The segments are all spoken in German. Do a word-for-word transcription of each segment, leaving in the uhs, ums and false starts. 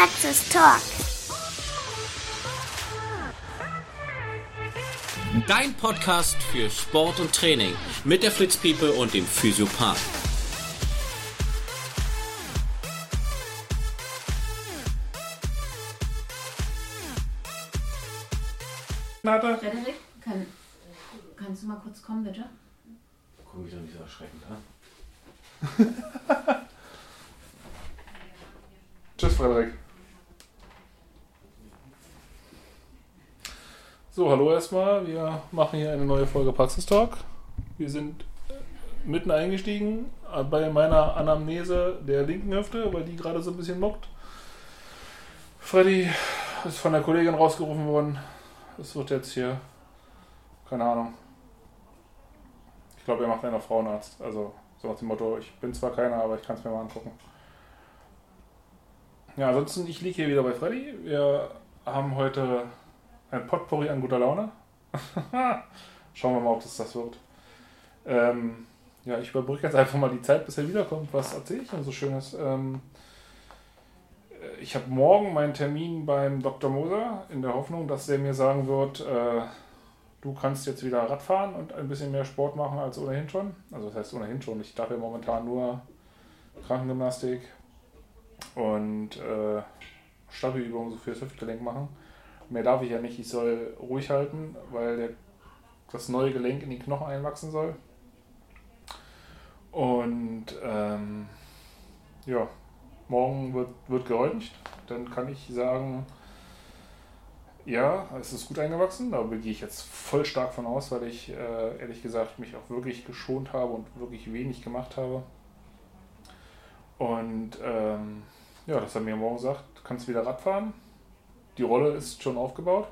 Praxis Talk. Dein Podcast für Sport und Training mit der Fritz Piepe und dem Physiopath. Frederik, kann, kannst du mal kurz kommen, bitte? Komm mich doch nicht so erschreckend an. Tschüss, Frederik. So, hallo erstmal. Wir machen hier eine neue Folge Praxis Talk. Wir sind mitten eingestiegen bei meiner Anamnese der linken Hüfte, weil die gerade so ein bisschen mockt. Freddy ist von der Kollegin rausgerufen worden. Das wird jetzt hier, keine Ahnung. Ich glaube, er macht einen auf Frauenarzt. Also so nach dem Motto, ich bin zwar keiner, aber ich kann es mir mal angucken. Ja, ansonsten, ich liege hier wieder bei Freddy. Wir haben heute ein Potpourri an guter Laune. Schauen wir mal, ob das das wird. Ähm, ja, ich überbrücke jetzt einfach mal die Zeit, bis er wiederkommt. Was erzähle ich denn so Schönes? Ähm, ich habe morgen meinen Termin beim Doktor Moser in der Hoffnung, dass er mir sagen wird, äh, du kannst jetzt wieder Radfahren und ein bisschen mehr Sport machen als ohnehin schon. Also das heißt ohnehin schon. Ich darf ja momentan nur Krankengymnastik und äh, Stabilübungen so fürs Hüftgelenk machen. Mehr darf ich ja nicht. Ich soll ruhig halten, weil der, das neue Gelenk in die Knochen einwachsen soll. Und ähm, ja, morgen wird, wird geröntgt. Dann kann ich sagen, ja, es ist gut eingewachsen. Da gehe ich jetzt voll stark von aus, weil ich äh, ehrlich gesagt mich auch wirklich geschont habe und wirklich wenig gemacht habe. Und ähm, ja, dass er mir morgen sagt, du kannst wieder Radfahren. Die Rolle ist schon aufgebaut.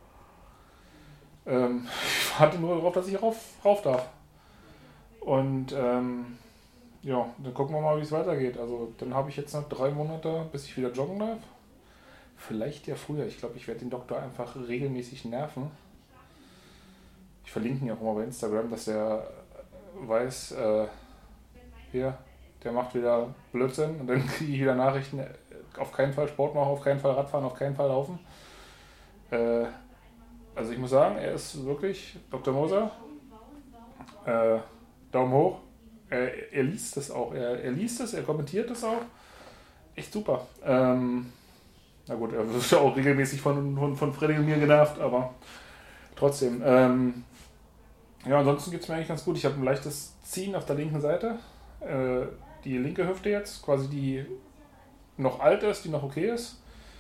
Ähm, ich warte nur darauf, dass ich rauf, rauf darf. Und ähm, ja, dann gucken wir mal, wie es weitergeht. Also dann habe ich jetzt noch drei Monate, bis ich wieder joggen darf. Vielleicht ja früher. Ich glaube, ich werde den Doktor einfach regelmäßig nerven. Ich verlinke ihn ja auch mal bei Instagram, dass er weiß, äh, hier, der macht wieder Blödsinn. Und dann kriege ich wieder Nachrichten, auf keinen Fall Sport machen, auf keinen Fall Radfahren, auf keinen Fall laufen. Äh, also ich muss sagen, er ist wirklich Doktor Moser. Äh, Daumen hoch. Er, er liest es auch. Er, er liest es, er kommentiert es auch. Echt super. Ähm, na gut, er wird ja auch regelmäßig von, von, von Freddy und mir genervt, aber trotzdem. Ähm, ja, ansonsten geht es mir eigentlich ganz gut. Ich habe ein leichtes Ziehen auf der linken Seite. Äh, die linke Hüfte jetzt, quasi die noch alt ist, die noch okay ist.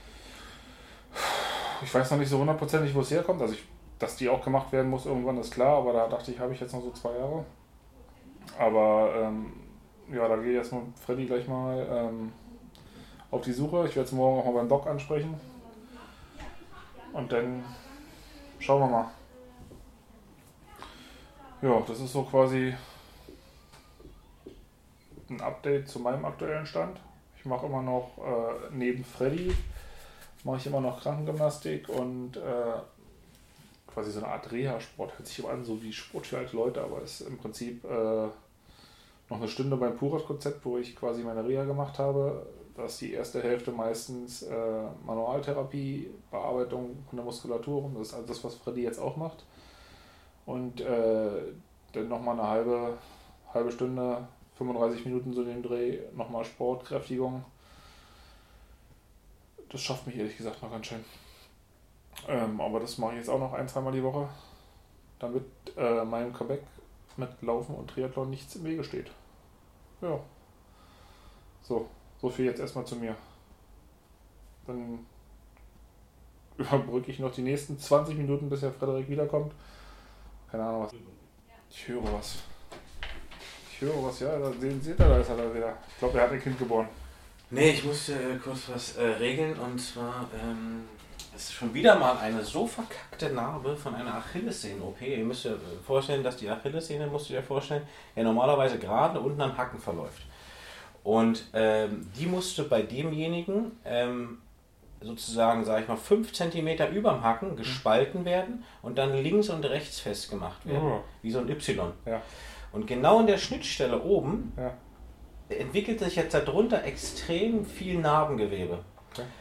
Ich weiß noch nicht so hundertprozentig, wo es herkommt. Also, ich, dass die auch gemacht werden muss, irgendwann ist klar, aber da dachte ich, habe ich jetzt noch so zwei Jahre. Aber ähm, ja, da gehe ich erstmal mit Freddy gleich mal ähm, auf die Suche. Ich werde es morgen auch mal beim Doc ansprechen. Und dann schauen wir mal. Ja, das ist so quasi ein Update zu meinem aktuellen Stand. Ich mache immer noch, äh, neben Freddy, mache ich immer noch Krankengymnastik und äh, quasi so eine Art Reha-Sport. Hört sich an, so wie Sport für alte Leute, aber ist im Prinzip äh, noch eine Stunde beim Purat-Konzept, wo ich quasi meine Reha gemacht habe. Da ist die erste Hälfte meistens äh, Manualtherapie, Bearbeitung von der Muskulatur. Das ist also das, was Freddy jetzt auch macht. Und äh, dann nochmal eine halbe, halbe Stunde, fünfunddreißig Minuten so in dem Dreh, nochmal Sport, Kräftigung. Das schafft mich ehrlich gesagt noch ganz schön. Ähm, aber das mache ich jetzt auch noch ein, zweimal die Woche, damit äh, meinem Comeback mit Laufen und Triathlon nichts im Wege steht. Ja. So, so viel jetzt erstmal zu mir. Dann überbrücke ich noch die nächsten zwanzig Minuten, bis Herr Frederik wiederkommt. Keine Ahnung was. Ich höre was. Ich höre was, ja, da sehen Sie, da ist er da wieder. Ich glaube, er hat ein Kind geboren. Nee, ich musste äh, kurz was äh, regeln und zwar ähm, ist schon wieder mal eine so verkackte Narbe von einer Achillessehnen-O P. Ihr müsst euch vorstellen, dass die Achillessehne, musst du dir vorstellen, ja normalerweise gerade unten am Hacken verläuft. Und ähm, die musste bei demjenigen ähm, sozusagen, sage ich mal, fünf Zentimeter überm Hacken gespalten werden und dann links und rechts festgemacht werden, oh. Wie so ein Y. Ja. Und genau in der Schnittstelle oben ja. entwickelt sich jetzt darunter extrem viel Narbengewebe. Okay.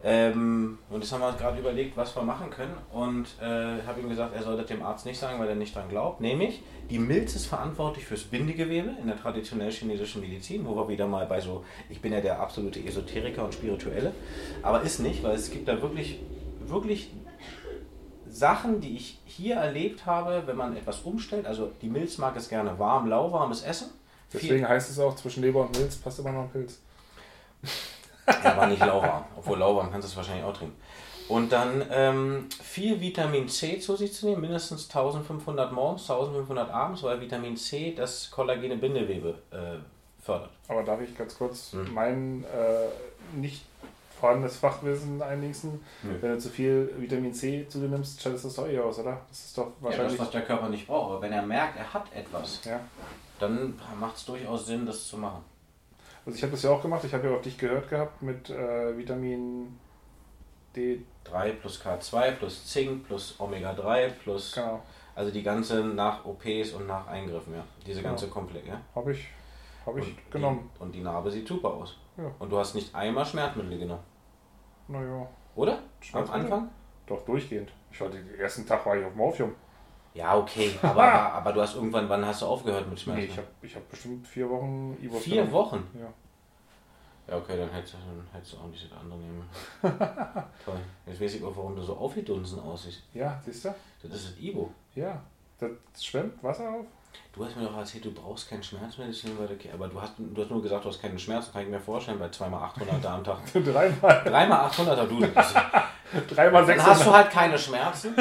Ähm, und jetzt haben wir gerade überlegt, was wir machen können. Und äh, habe ihm gesagt, er soll das dem Arzt nicht sagen, weil er nicht dran glaubt. Nämlich, die Milz ist verantwortlich fürs Bindegewebe in der traditionell chinesischen Medizin, wo wir wieder mal bei so, ich bin ja der absolute Esoteriker und Spirituelle, aber ist nicht, weil es gibt da wirklich, wirklich Sachen, die ich hier erlebt habe, wenn man etwas umstellt. Also die Milz mag es gerne warm, lauwarmes Essen. Deswegen Viel, heißt es auch, zwischen Leber und Milz passt immer noch ein Pilz. Ja, aber nicht lauwarm. Obwohl lauwarm kannst du es wahrscheinlich auch trinken. Und dann ähm, viel Vitamin C zu sich zu nehmen, mindestens eintausendfünfhundert morgens, eintausendfünfhundert abends, weil Vitamin C das kollagene Bindegewebe äh, fördert. Aber darf ich ganz kurz Hm. mein äh, nicht vorhandenes Fachwissen einließen? Nö. Wenn du zu viel Vitamin C zu dir nimmst, schaltet das doch eh aus, oder? Das ist doch Ja, wahrscheinlich... das, was der Körper nicht braucht. Aber wenn er merkt, er hat etwas, Ja. dann macht es durchaus Sinn, das zu machen. Also ich habe das ja auch gemacht, ich habe ja auf dich gehört gehabt mit äh, Vitamin D. drei plus K zwei plus Zink plus Omega drei plus... Genau, Also die ganze nach O Ps und nach Eingriffen, ja. Diese ganze Genau. Komplex, ja. habe ich, hab ich Und genommen. Die, und die Narbe sieht super aus. Ja. Und du hast nicht einmal Schmerzmittel genommen, Naja, oder? Am Schmerzmittel? Anfang? doch durchgehend. Ich war den ersten Tag war ich auf Morphium. Ja, okay, aber, aber du hast irgendwann, wann hast du aufgehört mit Nee, Schmerzen? ich habe ich hab bestimmt vier Wochen Ibuprofen. Vier Wochen? Ja. Ja, okay, dann hättest, dann hättest du auch nicht das andere nehmen. Toll. Jetzt weiß ich auch, warum du so aufgedunsen aussiehst. Ja, siehst du? Das ist das Ibo. Ja. Das schwemmt Wasser auf. Du hast mir doch erzählt, du brauchst kein Schmerzmedizin, weil du, aber du hast, du hast nur gesagt, du hast keine Schmerzen, kann ich mir vorstellen, bei zweimal achthundert am Tag. Dreimal. Dreimal achthunderter, du. Das ist, Dreimal dann hast du sechshundert. halt keine Schmerzen.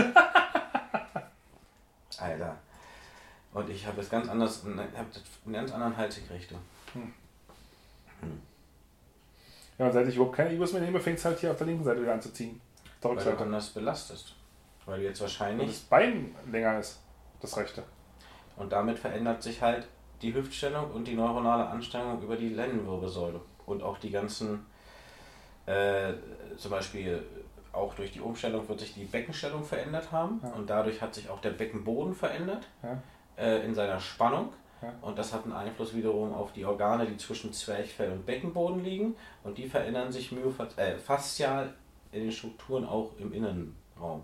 Alter. Und ich habe jetzt ganz anders, hab einen ganz anderen Hals gekriegt. Du. Ja, und seit ich überhaupt keine Ibus mehr nehme, fängt es halt hier auf der linken Seite wieder an zu ziehen. Der Weil du Rückseite. anders belastest. Weil du jetzt Und wahrscheinlich... das Bein länger ist. Das rechte. Und damit verändert sich halt die Hüftstellung und die neuronale Anstrengung über die Lendenwirbelsäule. Und auch die ganzen, äh, zum Beispiel auch durch die Umstellung wird sich die Beckenstellung verändert haben. Ja. Und dadurch hat sich auch der Beckenboden verändert Ja. äh, in seiner Spannung. Ja. Und das hat einen Einfluss wiederum auf die Organe, die zwischen Zwerchfell und Beckenboden liegen. Und die verändern sich myofas- äh, faszial in den Strukturen auch im Innenraum.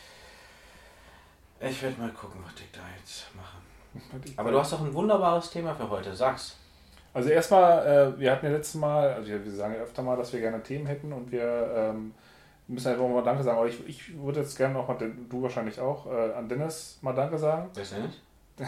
Ich werde mal gucken, was ich da jetzt mache. Aber du hast doch ein wunderbares Thema für heute, sag's. Also erstmal, äh, wir hatten ja letztes Mal, also wir, wir sagen ja öfter mal, dass wir gerne Themen hätten und wir ähm, müssen einfach mal Danke sagen. Aber ich, ich würde jetzt gerne auch mal, du wahrscheinlich auch, äh, an Dennis mal Danke sagen. Weißt du nicht?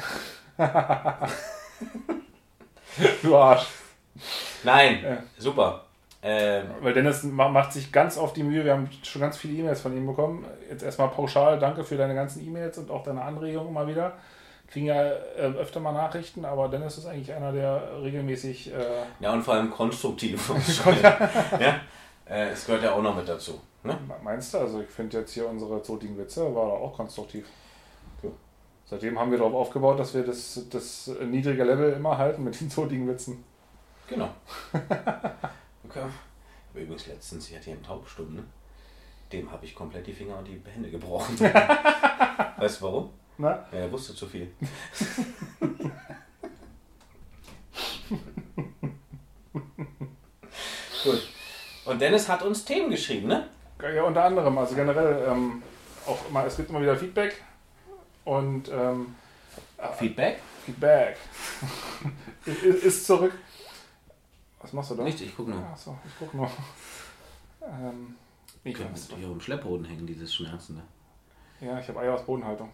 Du Arsch. Nein, Ja. super. Ähm, Weil Dennis ma- macht sich ganz auf die Mühe, wir haben schon ganz viele E-Mails von ihm bekommen. Jetzt erstmal pauschal danke für deine ganzen E-Mails und auch deine Anregungen mal wieder. Kriegen ja äh, öfter mal Nachrichten, aber Dennis ist eigentlich einer, der regelmäßig... Äh, ja, und vor allem konstruktiv. Ja? Äh, es gehört ja auch noch mit dazu. Ne? Meinst du? Also ich finde jetzt hier unsere zotigen Witze war doch auch konstruktiv. Ja. Seitdem haben wir darauf aufgebaut, dass wir das, das niedrige Level immer halten mit den zotigen Witzen. Genau. Okay. Übrigens letztens, ich hatte hier einen Taubstumm, ne? Dem habe ich komplett die Finger und die Hände gebrochen. Weißt du warum? Na? Ja, er wusste zu viel. Gut. Und Dennis hat uns Themen geschrieben, ne? Ja, unter anderem. Also generell ähm, auch immer, es gibt immer wieder Feedback und ähm, Feedback? Feedback ist, ist zurück. Was machst du da? Nichts, ich gucke nur. Achso, ich guck nur. Ähm, ich Ich kann weiß. hier im Schlepphoden hängen, dieses Schmerzen. Ne? Ja, ich habe Eier aus Bodenhaltung.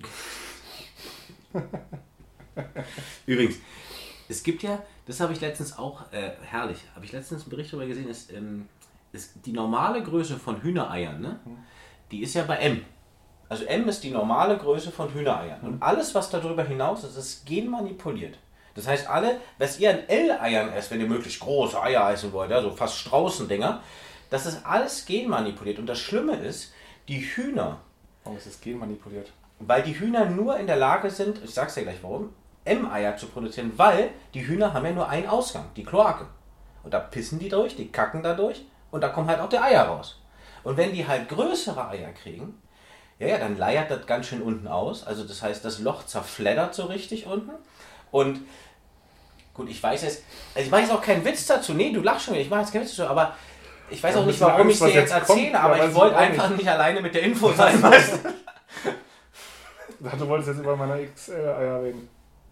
Übrigens, es gibt ja, das habe ich letztens auch, äh, herrlich, habe ich letztens einen Bericht darüber gesehen, ist, ähm, ist die normale Größe von Hühnereiern, ne? Die ist ja bei M. Also M ist die normale Größe von Hühnereiern. Und alles, was darüber hinaus ist, ist genmanipuliert. Das heißt, alle, was ihr an L-Eiern esst, wenn ihr möglichst große Eier essen wollt, ja, so fast Straußendinger, das ist alles genmanipuliert. Und das Schlimme ist, die Hühner, Warum ist das Gen manipuliert? weil die Hühner nur in der Lage sind, ich sag's dir gleich warum, M-Eier zu produzieren, weil die Hühner haben ja nur einen Ausgang, die Kloake. Und da pissen die durch, die kacken da durch und da kommen halt auch die Eier raus. Und wenn die halt größere Eier kriegen, ja, ja, dann leiert das ganz schön unten aus. Also das heißt, das Loch zerfleddert so richtig unten. Und gut, ich weiß jetzt, also ich mache jetzt auch keinen Witz dazu. Nee, du lachst schon wieder, ich mache jetzt keinen Witz dazu, aber Ich weiß Ja, auch nicht, ein bisschen warum Angst, ich dir was jetzt jetzt kommt, erzähle, ja, aber weiß ich ich wollte auch einfach nicht. nicht alleine mit der Info sein, weißt du? Ich dachte, du wolltest jetzt über meine X L-Eier reden.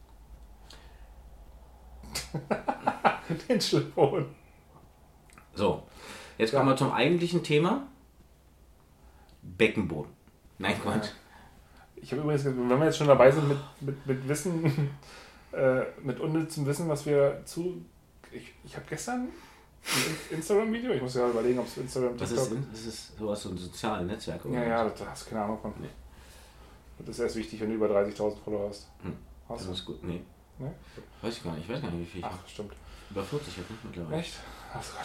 Den Schlüpfhohn. So, jetzt kommen wir zum eigentlichen Thema. Beckenboden. Nein, Quatsch. Ich habe übrigens, wenn wir jetzt schon dabei sind mit, mit, mit Wissen, äh, mit unnützem Wissen, was wir zu... Ich, ich habe gestern ein Instagram-Video, ich muss ja überlegen, ob es Instagram, Was TikTok... ist denn? Das ist sowas, so ein soziales Netzwerk, oder? Ja, ja, da hast du keine Ahnung von. Nee. Das ist erst wichtig, wenn du über dreißigtausend Follower hast. Hm. Hast Das du? ist gut, nee. Nee? Weiß ich gar nicht, ich weiß gar nicht, wie viel ich Ach, habe. stimmt. Über vierzig jetzt nicht mittlerweile. Echt? Ach Gott.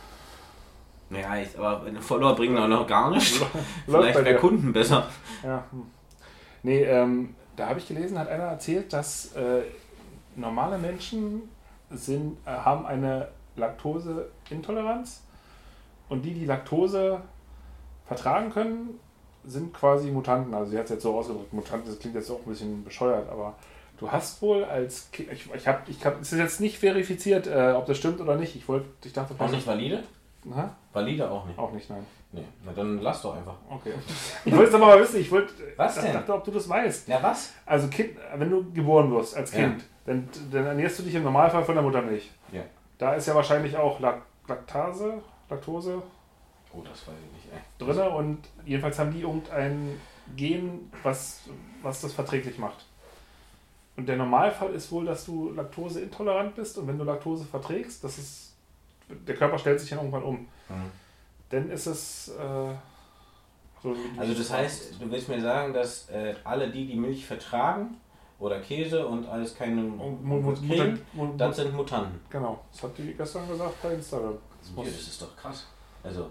Naja, ich, aber Follower bringen auch noch gar nichts. Läuft Vielleicht bei bei dir. Kunden besser. Ja. Hm. Nee, ähm, da habe ich gelesen, hat einer erzählt, dass äh, normale Menschen sind, äh, haben eine Laktoseintoleranz und die, die Laktose vertragen können, sind quasi Mutanten. Also sie hat es jetzt so ausgedrückt, Mutanten, das klingt jetzt auch ein bisschen bescheuert, aber du hast wohl als Kind, ich, ich habe, ich hab, es ist jetzt nicht verifiziert, äh, ob das stimmt oder nicht. Ich wollte, ich dachte, Auch nicht valide? Na? Valide auch nicht. Auch nicht, nein. Nee, na dann lass doch einfach. Okay. Ich wollte es aber mal wissen, ich wollte, Was ich denn? dachte, ob du das weißt. Ja, was? Also kind, wenn du geboren wirst als Ja. Kind, dann, dann ernährst du dich im Normalfall von der Muttermilch. Ja. Da ist ja wahrscheinlich auch Lak Laktase, Laktose Oh, das weiß ich nicht, ey. drin und jedenfalls haben die irgendein Gen, was, was das verträglich macht. Und der Normalfall ist wohl, dass du laktoseintolerant bist und wenn du Laktose verträgst, das ist, der Körper stellt sich dann irgendwann um. Mhm. Dann ist es... Äh, so wie Also das heißt, du willst mir sagen, dass äh, alle die, die Milch vertragen oder Käse und alles keine Und Mu- Mu- kriegen, Mutant- Mu- das sind Mutanten. Genau, das hat die gestern gesagt bei Instagram. Das Ja, muss- das ist doch krass. Also,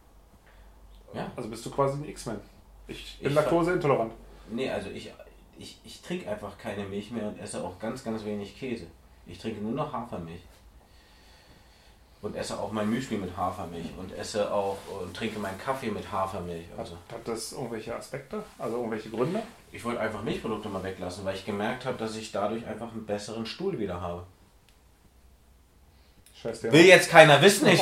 ja. Also bist du quasi ein X-Men. Ich bin Ich laktoseintolerant. Nee, also ich, ich, ich trinke einfach keine Milch mehr und esse auch ganz, ganz wenig Käse. Ich trinke nur noch Hafermilch. Und esse auch mein Müsli mit Hafermilch und esse auch und trinke meinen Kaffee mit Hafermilch. Hat, Also hat das irgendwelche Aspekte? Also irgendwelche Gründe? ich wollte einfach Milchprodukte mal weglassen, weil ich gemerkt habe, dass ich dadurch einfach einen besseren Stuhl wieder habe. Scheiße. Will jetzt keiner wissen, ich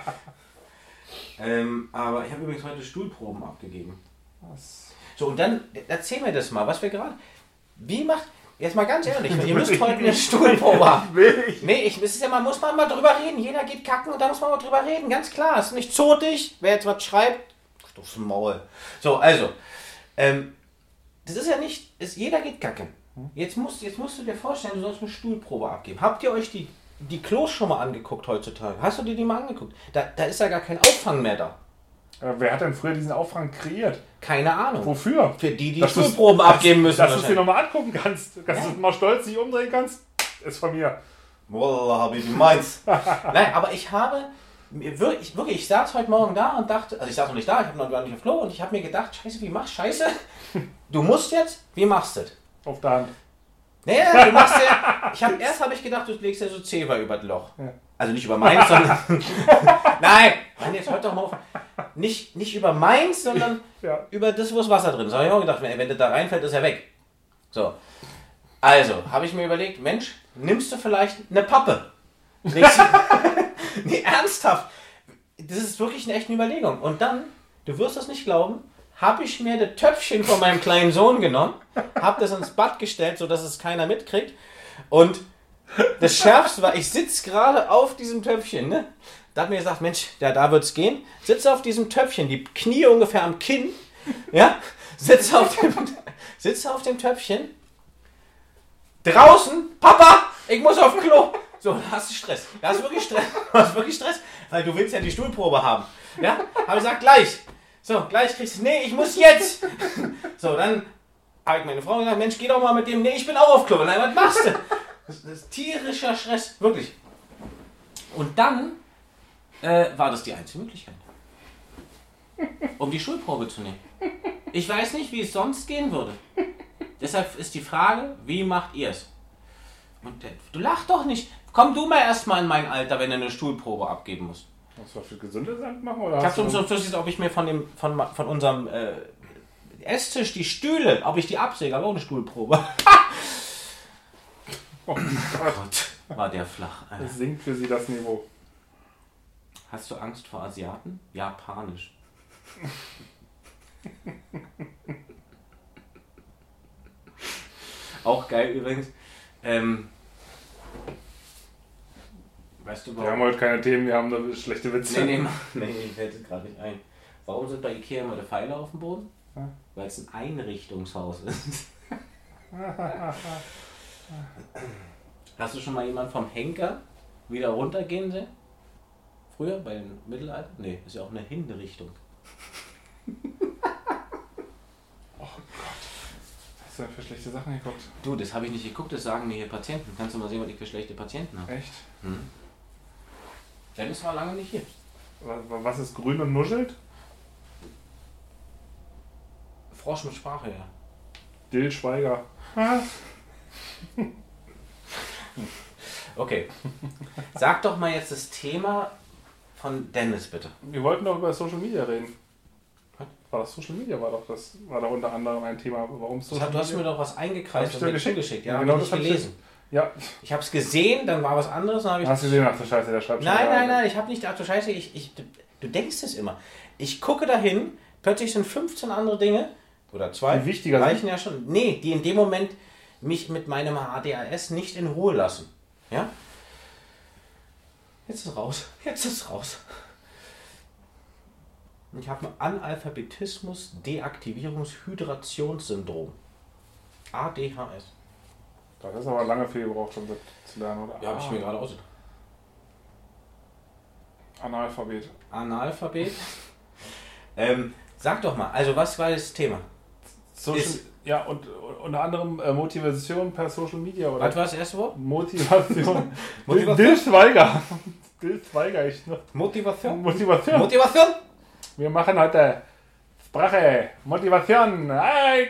ähm, aber ich habe übrigens heute Stuhlproben abgegeben. Was? So, und dann erzähl mir das mal, was wir gerade... Wie macht... Jetzt mal ganz ehrlich, ihr müsst heute eine Stuhlprobe haben. Will ich? Nee, ich, es ist ja, man muss mal, mal drüber reden. Jeder geht kacken und da muss man mal drüber reden. Ganz klar, es ist nicht zotig. Wer jetzt was schreibt, aufs Maul. So, also, ähm, das ist ja nicht, ist, jeder geht kacken. Jetzt musst, jetzt musst du dir vorstellen, du sollst eine Stuhlprobe abgeben. Habt ihr euch die, die Klos schon mal angeguckt heutzutage? Hast du dir die mal angeguckt? Da, da ist ja gar kein Auffang mehr da. Äh, wer hat denn früher diesen Auffang kreiert? Keine Ahnung. Wofür? Für die, die Dass du's- Stuhlproben abgeben müssen. Dass du es dir wahrscheinlich. nochmal angucken kannst. Dass Ja. du mal stolz dich umdrehen kannst, ist von mir. Wallah, Habibi, meins. Nein, aber ich habe, mir wirklich, wirklich, ich saß heute Morgen da und dachte, also ich saß noch nicht da, ich habe noch gar nicht auf Klo und ich habe mir gedacht, scheiße, wie machst du, scheiße, du musst jetzt, wie machst du das? Auf der Hand. Nee, du machst ja, ich hab, erst habe ich gedacht, du legst ja so Zewa über das Loch. Ja. Also nicht über meins, sondern, nein, Mann, jetzt hört doch mal auf, nicht, nicht über meins, sondern Ja. über das, wo das Wasser drin ist. Da habe ich auch gedacht, wenn, wenn das da reinfällt, ist er weg. So. Also, habe ich mir überlegt, Mensch, nimmst du vielleicht eine Pappe? Legst du, nee, ernsthaft. Das ist wirklich eine echte Überlegung. Und dann, du wirst das nicht glauben, habe ich mir das Töpfchen von meinem kleinen Sohn genommen, habe das ins Bad gestellt, sodass es keiner mitkriegt. Und das Schärfste war, ich sitze gerade auf diesem Töpfchen, ne? Da hat mir gesagt, Mensch, ja, da wird's gehen. Sitze auf diesem Töpfchen, die Knie ungefähr am Kinn, ja? Sitze auf dem, sitze auf dem Töpfchen. Draußen, Papa, ich muss auf Klo. So, da hast du Stress. Da hast du wirklich Stress. Du hast wirklich Stress, weil du willst ja die Stuhlprobe haben. Ja? Habe ich gesagt, gleich. So, gleich kriegst du, nee, ich muss jetzt. So, dann habe ich meine Frau gesagt, Mensch, geh doch mal mit dem, nee, ich bin auch auf Klo. Nein, was machst du? Das ist tierischer Stress, wirklich. Und dann äh, war das die einzige Möglichkeit, um die Stuhlprobe zu nehmen. Ich weiß nicht, wie es sonst gehen würde. Deshalb ist die Frage, wie macht ihr es? Und äh, du lach doch nicht. Komm du mal erstmal in mein Alter, wenn du eine Stuhlprobe abgeben musst. Was wir für gesunde Sachen machen? Oder Ich hast habe du so so ob ich mir von dem von, von unserem äh, Esstisch die Stühle, ob ich die absäge, aber ohne Stuhlprobe. Oh Gott. Gott, war der flach. Alter. Es sinkt für sie das Niveau. Hast du Angst vor Asiaten? Japanisch. Auch geil übrigens. Ähm, weißt du warum? Wir haben heute keine Themen, wir haben da schlechte Witze. Nee, nee, nee, nee, fällt es gerade nicht ein. Warum sind bei Ikea immer die Pfeile auf dem Boden? Ja. Weil es ein Einrichtungshaus ist. Hast du schon mal jemanden vom Henker wieder runtergehen sehen? Früher bei den Mittelalter? Nee, ist ja auch eine Hinrichtung. Oh Gott. Was hast du denn für schlechte Sachen geguckt? Du, das habe ich nicht geguckt, das sagen mir hier Patienten. Kannst du mal sehen, was ich für schlechte Patienten habe? Echt? Hm. Dennis war lange nicht hier. Was ist grün und nuschelt? Frosch mit Sprache, ja. Dill Schweiger. Okay. Sag doch mal jetzt das Thema von Dennis, bitte. Wir wollten doch über Social Media reden. War das Social Media? War doch das war doch unter anderem ein Thema, warum Social Media? Du hast mir doch was eingekreist und mir zugeschickt. Ja, genau, hab ich das nicht gelesen. Ich, ja. Ich habe es gesehen, dann war was anderes. Dann ich hast du gesehen, ach du Scheiße, der schreibt schon. Nein, nein, nein, ich habe nicht, ach du Scheiße, ich, ich, du, du denkst es immer. Ich gucke dahin, plötzlich sind fünfzehn andere Dinge, oder zwei, die wichtiger reichen sind. Ja schon. Nee, die in dem Moment mich mit meinem A D H S nicht in Ruhe lassen. Ja? Jetzt ist raus. Jetzt ist raus. Ich habe ein Analphabetismus Deaktivierungs-Hydrationssyndrom. A D H S. Das ist aber lange viel gebraucht, um das zu lernen, oder? Ja, habe ich mir gerade aus. Analphabet. Analphabet. ähm, sag doch mal, also was war das Thema? Social, ist, ja, und unter anderem äh, Motivation per Social Media, oder? Was war das erste Wort? Motivation. Motivation. Dill Schweiger. Dill Schweiger, ich noch. Motivation. Motivation. Motivation. Wir machen heute Sprache, Motivation. Ay,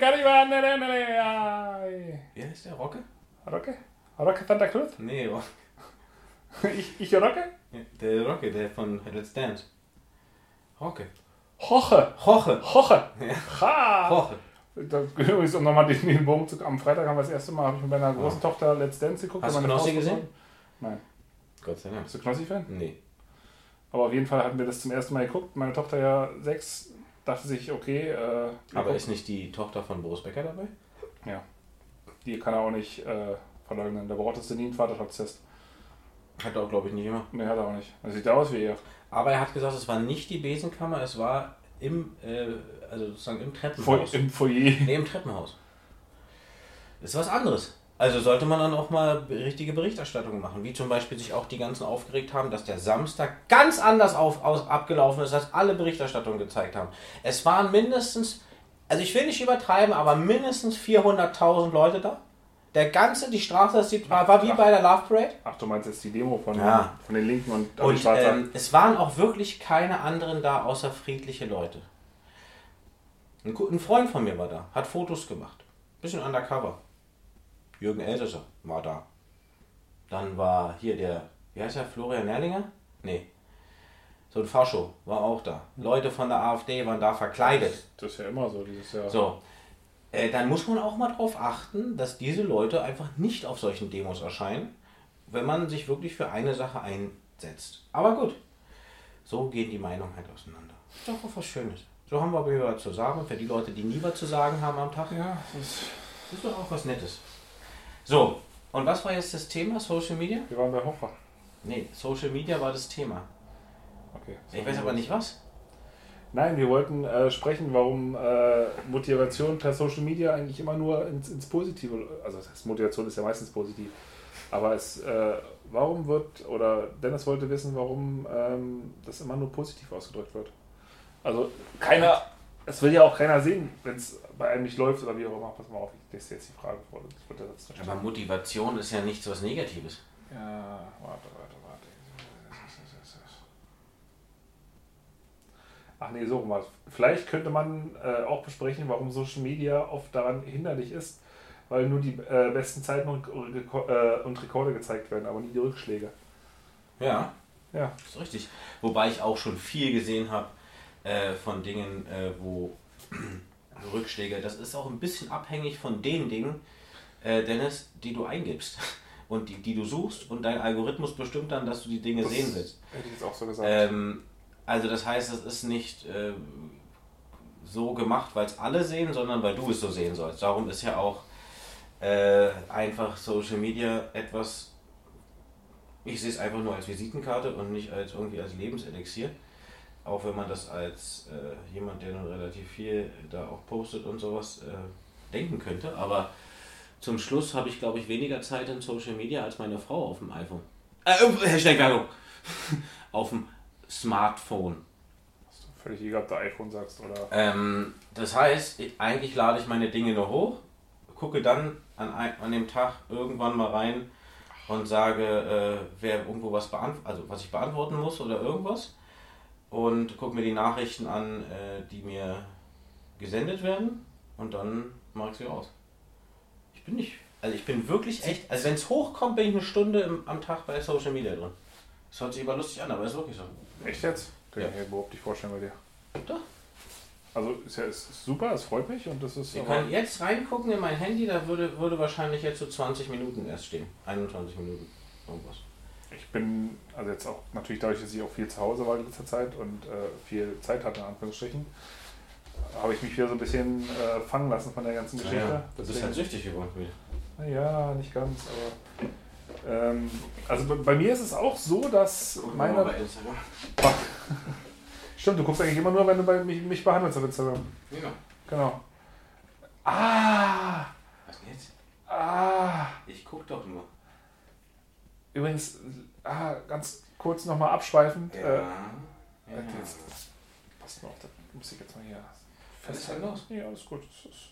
Wie heißt der? Rocke? Rocke? Rocke Santa Cruz? Nee, Rocke. ich, ich Rocke? Ja, der Rocke, der von Let's Dance. Rocke. Hoche. Hoche. Hoche. Ja. Ha. Hoche. Das, übrigens, um nochmal den, den Bogen zu... Am Freitag haben wir das erste Mal, habe ich mit meiner großen oh. Tochter Let's Dance geguckt. Hast du Knossi gesehen? Nein. Gott sei Dank. Bist du Knossi-Fan? Nee. Aber auf jeden Fall hatten wir das zum ersten Mal geguckt. Meine Tochter ja sechs, dachte sich, okay... Äh, Aber ist nicht die Tochter von Boris Becker dabei? Ja. Die kann er auch nicht äh, verleugnen. Da braucht es nie einen Vaterschaftstest. Hat er auch, glaube ich, nicht immer. Nee, hat er auch nicht. Das sieht aus wie er. Aber er hat gesagt, es war nicht die Besenkammer, es war im, äh, also sozusagen im Treppenhaus. Im Foyer. Nee, im Treppenhaus. Das ist was anderes. Also sollte man dann auch mal richtige Berichterstattung machen, wie zum Beispiel sich auch die ganzen aufgeregt haben, dass der Samstag ganz anders auf, aus, abgelaufen ist, als alle Berichterstattungen gezeigt haben. Es waren mindestens, also ich will nicht übertreiben, aber mindestens vierhunderttausend Leute da. Der ganze, die Straße, das sieht, war, war wie bei der Love Parade. Ach, du meinst jetzt die Demo von, ja. von den Linken und, und die ähm, es waren auch wirklich keine anderen da, außer friedliche Leute. Ein, ein Freund von mir war da, hat Fotos gemacht. Bisschen undercover. Jürgen Elsässer war da. Dann war hier der, wie heißt der, Florian Nerlinger? Nee. So ein Fascho war auch da. Leute von der AfD waren da verkleidet. Das ist ja immer so dieses Jahr. So. Äh, dann muss man auch mal darauf achten, dass diese Leute einfach nicht auf solchen Demos erscheinen, wenn man sich wirklich für eine Sache einsetzt. Aber gut, so gehen die Meinungen halt auseinander. Ist doch auch was Schönes. So haben wir wieder was zu sagen. Für die Leute, die nie was zu sagen haben am Tag, ja, das ist doch auch was Nettes. So, und was war jetzt das Thema? Social Media? Wir waren bei Hofer. Nee, Social Media war das Thema. Okay. Ich weiß aber nicht was. Nein, wir wollten äh, sprechen, warum äh, Motivation per Social Media eigentlich immer nur ins, ins Positive, also das heißt, Motivation ist ja meistens positiv, aber es, äh, warum wird, oder Dennis wollte wissen, warum ähm, das immer nur positiv ausgedrückt wird. Also keiner, es will ja auch keiner sehen, wenn es bei einem nicht läuft oder wie auch immer. Pass mal auf, ich lese jetzt die Frage vor. Das wird das das aber Motivation ist ja nichts was Negatives. Ja, warte, warte, warte. Ach nee, so rum. Vielleicht könnte man äh, auch besprechen, warum Social Media oft daran hinderlich ist, weil nur die äh, besten Zeiten und, äh, und Rekorde gezeigt werden, aber nie die Rückschläge. Ja, ja, ist richtig. Wobei ich auch schon viel gesehen habe äh, von Dingen, äh, wo Rückschläge, das ist auch ein bisschen abhängig von den Dingen, äh, Dennis, die du eingibst. und die, die du suchst und dein Algorithmus bestimmt dann, dass du die Dinge das sehen willst. Hätte ich jetzt auch so gesagt. Ähm, also das heißt, es ist nicht äh, so gemacht, weil es alle sehen, sondern weil du es so sehen sollst. Darum ist ja auch äh, einfach Social Media etwas, ich sehe es einfach nur als Visitenkarte und nicht als irgendwie als Lebenselixier. Auch wenn man das als äh, jemand, der nun relativ viel da auch postet und sowas, äh, denken könnte. Aber zum Schluss habe ich, glaube ich, weniger Zeit in Social Media als meine Frau auf dem iPhone. Äh, Hashtag Werbung. Auf dem Smartphone. Hast du völlig egal, ob du iPhone sagst oder... Ähm, das heißt, ich, eigentlich lade ich meine Dinge nur hoch, gucke dann an, ein, an dem Tag irgendwann mal rein und sage, äh, wer irgendwo was beantwortet, also was ich beantworten muss oder irgendwas. Und gucke mir die Nachrichten an, äh, die mir gesendet werden und dann mache ich sie aus. Ich bin nicht, also ich bin wirklich echt, also wenn es hochkommt, bin ich eine Stunde im, am Tag bei Social Media drin. Das hört sich immer lustig an, aber ist wirklich so. Echt jetzt? Kann Ja. ich mir überhaupt nicht vorstellen bei dir. Doch. Also ist ja ist super, es freut mich und das ist... Wir aber- können jetzt reingucken in mein Handy, da würde, würde wahrscheinlich jetzt so zwanzig Minuten erst stehen. einundzwanzig Minuten, irgendwas. Ich bin, also jetzt auch natürlich dadurch, dass ich auch viel zu Hause war in letzter Zeit und äh, viel Zeit hatte, in Anführungsstrichen, habe ich mich wieder so ein bisschen äh, fangen lassen von der ganzen Geschichte. Ja, das ist Deswegen- halt süchtig geworden wieder. Naja, nicht ganz, aber... Ähm, also bei, bei mir ist es auch so, dass Gucken wir mal meine... bei Instagram. Stimmt, du guckst eigentlich immer nur, wenn du bei mich, mich behandelst auf Instagram. Ja. Genau. Ah! Was denn jetzt? Ah! Ich guck doch nur. Übrigens, ah, ganz kurz nochmal abschweifend. Ja. Äh, ja. jetzt, passt mal auf, das muss ich jetzt mal hier Was ist denn festhalten. los? Ja, alles gut. Das ist,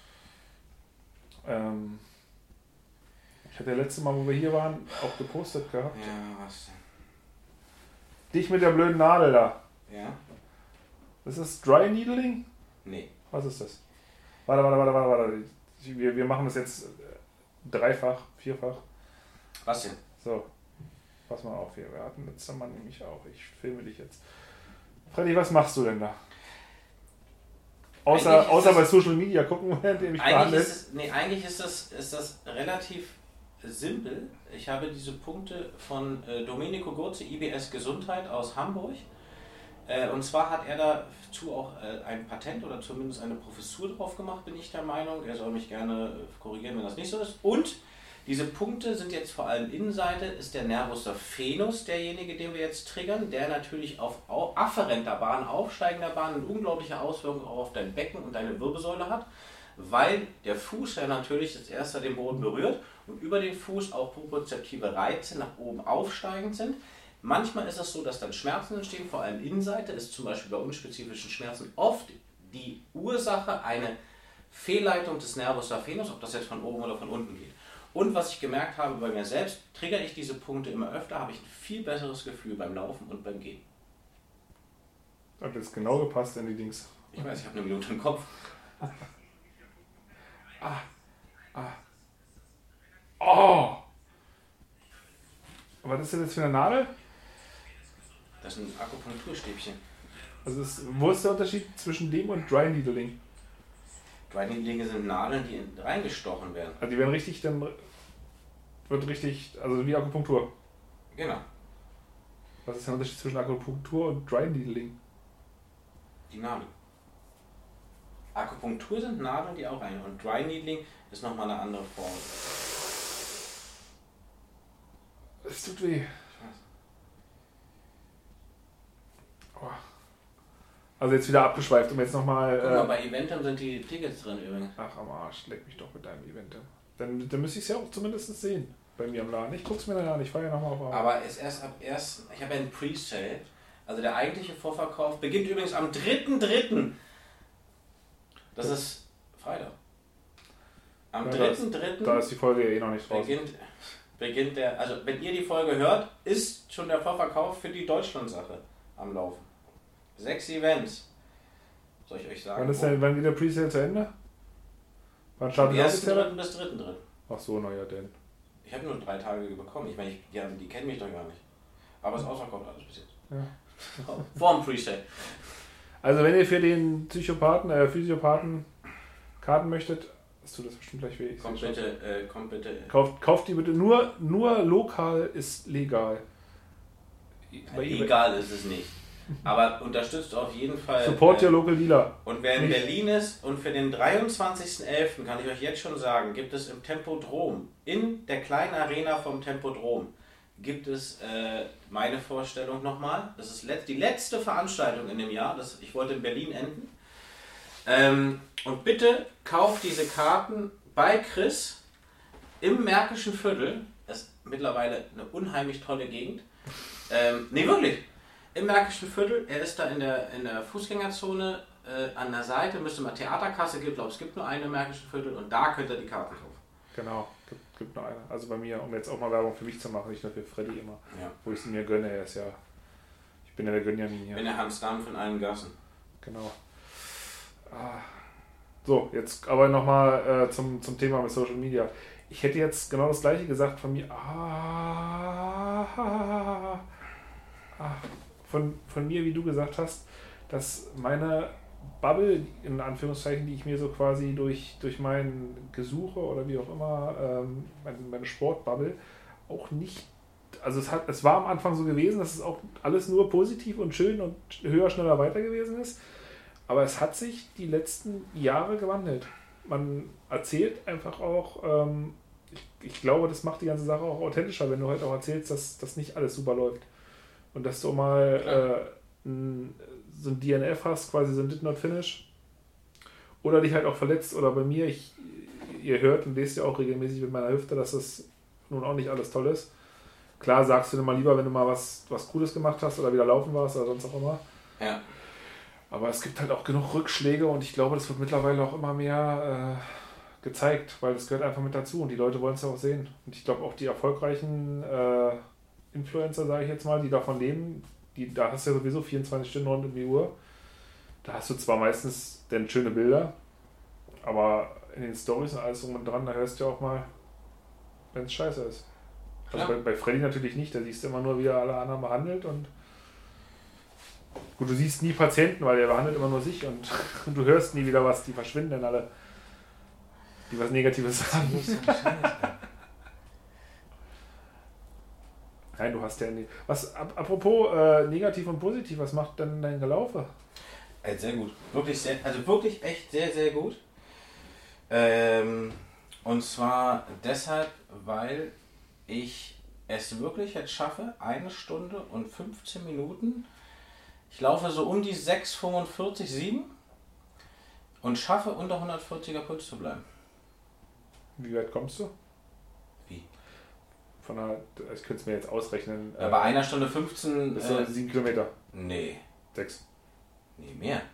ähm, ich hatte ja letztes Mal, wo wir hier waren, auch gepostet gehabt. Ja, was denn? Dich mit der blöden Nadel da. Ja? Das ist Dry Needling? Nee. Was ist das? Warte, warte, warte, warte, warte. Wir, wir machen das jetzt dreifach, vierfach. Was denn? So, pass mal auf hier. Wir hatten letztes Mal nämlich auch. Ich filme dich jetzt. Freddy, was machst du denn da? Außer, Eigentlich ist außer das- bei Social Media gucken, während ihr mich Eigentlich behandelt. ist, es, nee, eigentlich ist das, ist das relativ simpel. Ich habe diese Punkte von äh, Domenico Gurze, I B S Gesundheit aus Hamburg. Äh, und zwar hat er dazu auch äh, ein Patent oder zumindest eine Professur drauf gemacht, bin ich der Meinung. Er soll mich gerne äh, korrigieren, wenn das nicht so ist. Und diese Punkte sind jetzt vor allem Innenseite, ist der Nervus saphenus derjenige, den wir jetzt triggern, der natürlich auf au- afferenter Bahn, aufsteigender Bahn eine unglaubliche Auswirkung auch auf dein Becken und deine Wirbelsäule hat, weil der Fuß ja natürlich als erster den Boden berührt und über den Fuß auch propriozeptive Reize nach oben aufsteigend sind. Manchmal ist es so, dass dann Schmerzen entstehen, vor allem Innenseite ist zum Beispiel bei unspezifischen Schmerzen oft die Ursache eine Fehlleitung des Nervus saphenus, ob das jetzt von oben oder von unten geht. Und was ich gemerkt habe bei mir selbst, triggere ich diese Punkte immer öfter, habe ich ein viel besseres Gefühl beim Laufen und beim Gehen. Hat jetzt genau gepasst in die Dings. Ich weiß, ich habe eine Minute im Kopf. Oh! Was ist denn jetzt für eine Nadel? Das ist ein Akupunkturstäbchen. Also ist, wo ist der Unterschied zwischen dem und Dry Needling? Dry-Needlinge sind Nadeln, die in- reingestochen werden. Also die werden richtig, dann wird richtig, also wie Akupunktur. Genau. Was ist der Unterschied zwischen Akupunktur und Dry Needling? Die Nadel. Akupunktur sind Nadeln, die auch rein. Und Dry Needling ist nochmal eine andere Form. Es tut weh. Ich weiß. Oh. Also jetzt wieder abgeschweift, um jetzt nochmal... Guck mal, Äh, bei Eventum sind die Tickets drin übrigens. ach am Arsch, leck mich doch mit deinem Event. Dann, dann müsste ich es ja auch zumindest sehen bei mir im Laden. Ich guck's mir dann an, ich fahre ja nochmal auf. Aber ist erst ab ersten. Ich habe ja einen Pre-Sale. Also der eigentliche Vorverkauf beginnt übrigens am dritten dritten Das ist Freitag. Am Ja, da ist- dritten dritten Da ist die Folge ja eh noch nicht draußen. beginnt, beginnt der. Also wenn ihr die Folge hört, ist schon der Vorverkauf für die Deutschland-Sache am Laufen. Sechs Events. Soll ich euch sagen? Wann, ist denn, wann geht der Presale zu Ende? Wann startet der ersten offizielle? dritten bis dritten dritten Ach so, naja, denn. Ich habe nur drei Tage bekommen. Ich meine, ich, die, haben- die kennen mich doch gar nicht. Aber es ist ausverkauft alles bis jetzt. Ja. Vor dem Pre-Sale. Also wenn ihr für den Psychopathen, äh, Physiopathen Karten möchtet, Das tut das bestimmt gleich weh. Kommt bitte, äh, kommt bitte. Kauft, kauft die bitte. Nur, nur lokal ist legal. Legal ist es nicht. Aber unterstützt auf jeden Fall. Support äh, your local dealer. Und wer in Nicht. Berlin ist und für den dreiundzwanzigsten elften kann ich euch jetzt schon sagen, gibt es im Tempodrom, in der kleinen Arena vom Tempodrom, gibt es äh, meine Vorstellung nochmal. Das ist let- die letzte Veranstaltung in dem Jahr. Das, ich wollte in Berlin enden. Ähm, und bitte kauft diese Karten bei Chris im Märkischen Viertel. Das ist mittlerweile eine unheimlich tolle Gegend. Ähm, nee, wirklich. Im Märkischen Viertel. Er ist da in der, in der Fußgängerzone äh, an der Seite. Müsste mal Theaterkasse geben. Ich glaube, es gibt nur eine im Märkischen Viertel. Und da könnt ihr die Karten kaufen. Genau, gibt, gibt nur eine. Also bei mir, um jetzt auch mal Werbung für mich zu machen, nicht nur für Freddy immer. Ja. Wo ich es mir gönne. Er ist ja. Ich bin ja der Gönjamin Ich hier. bin der Hans Dampf in allen Gassen. Genau. Ah. So, jetzt aber nochmal äh, zum, zum Thema mit Social Media. Ich hätte jetzt genau das gleiche gesagt von mir. Ah, ah, ah, von, von mir, wie du gesagt hast, dass meine Bubble, in Anführungszeichen, die ich mir so quasi durch, durch mein Gesuche oder wie auch immer, ähm, meine, meine Sportbubble, auch nicht. Also es, hat, es war am Anfang so gewesen, dass es auch alles nur positiv und schön und höher, schneller, weiter gewesen ist. Aber es hat sich die letzten Jahre gewandelt. Man erzählt einfach auch, ähm, ich, ich glaube, das macht die ganze Sache auch authentischer, wenn du halt auch erzählst, dass das nicht alles super läuft. Und dass du mal äh, ein, so ein D N F hast, quasi so ein Did Not Finish. Oder dich halt auch verletzt. Oder bei mir, ich, ihr hört und lest ja auch regelmäßig mit meiner Hüfte, dass das nun auch nicht alles toll ist. Klar sagst du dir mal lieber, wenn du mal was, was Cooles gemacht hast oder wieder laufen warst oder sonst auch immer. Ja. Aber es gibt halt auch genug Rückschläge und ich glaube, das wird mittlerweile auch immer mehr äh, gezeigt, weil das gehört einfach mit dazu und die Leute wollen es ja auch sehen. Und ich glaube auch die erfolgreichen äh, Influencer, sage ich jetzt mal, die davon leben, die, da hast du ja sowieso vierundzwanzig Stunden rund um die Uhr. Da hast du zwar meistens dann schöne Bilder, aber in den Storys und alles drum und dran, da hörst du ja auch mal, wenn es scheiße ist. Also bei, bei Freddy natürlich nicht, da siehst du immer nur, wie er alle anderen behandelt und gut, du siehst nie Patienten, weil er behandelt immer nur sich und, und du hörst nie wieder was, die verschwinden dann alle, die was Negatives sagen. Nein, du hast ja nie. Was, ap- apropos äh, negativ und positiv, was macht denn dein Gelaufe? Äh, sehr gut. Wirklich sehr, also wirklich echt sehr, sehr gut. Ähm, und zwar deshalb, weil ich es wirklich jetzt schaffe, eine Stunde und fünfzehn Minuten. Ich laufe so um die sechs fünfundvierzig, sieben und schaffe unter hundertvierziger Puls zu bleiben. Wie weit kommst du? Wie? Von einer, ich könnte es mir jetzt ausrechnen. Ja, bei einer Stunde fünfzehn. Bis äh, sieben Kilometer. Nee. Sechs. Nee, mehr.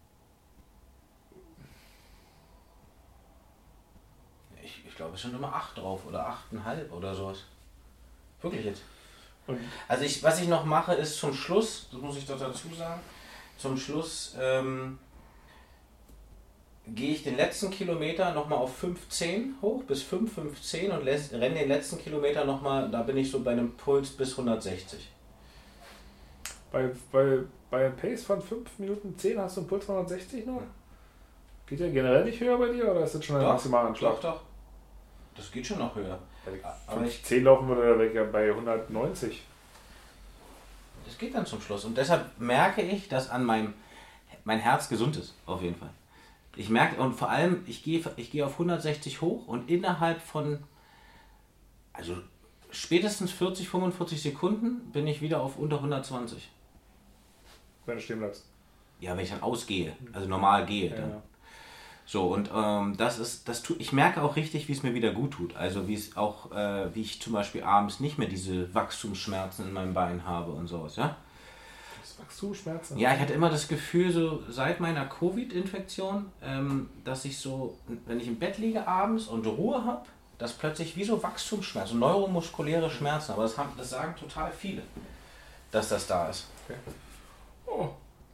Ich, ich glaube, es sind immer acht drauf oder achteinhalb oder sowas. Wirklich jetzt. Und Also ich, was ich noch mache, ist zum Schluss, das muss ich doch dazu sagen, zum Schluss ähm, gehe ich den letzten Kilometer nochmal auf fünf zehn hoch, bis fünf, fünf zehn und lässt, renne den letzten Kilometer nochmal, da bin ich so bei einem Puls bis hundertsechzig. bei, bei, bei einem Pace von fünf Minuten zehn hast du einen Puls von hundertsechzig nur? Geht der generell nicht höher bei dir oder ist das schon ein Maximalanschlag? Doch, doch. Das geht schon noch höher. Aber ich zehn laufen würde, wäre ich ja bei hundertneunzig. Das geht dann zum Schluss. Und deshalb merke ich, dass an meinem mein Herz gesund ist, auf jeden Fall. Ich merke, und vor allem, ich gehe, ich gehe auf hundertsechzig hoch und innerhalb von, also spätestens vierzig, fünfundvierzig Sekunden bin ich wieder auf unter hundertzwanzig. Wenn du stehen bleibst. Ja, wenn ich dann ausgehe, also normal gehe. Ja, Dann. ja. So, und ähm, das ist, das tut, ich merke auch richtig, wie es mir wieder gut tut. Also wie es auch, äh, wie ich zum Beispiel abends nicht mehr diese Wachstumsschmerzen in meinem Bein habe und sowas, ja. Das Wachstumsschmerzen? Ja, ich hatte immer das Gefühl, so seit meiner Covid-Infektion, ähm, dass ich so, wenn ich im Bett liege abends und Ruhe habe, dass plötzlich wie so Wachstumsschmerzen, neuromuskuläre Schmerzen, aber das, haben, das sagen total viele, dass das da ist. Okay. Oh.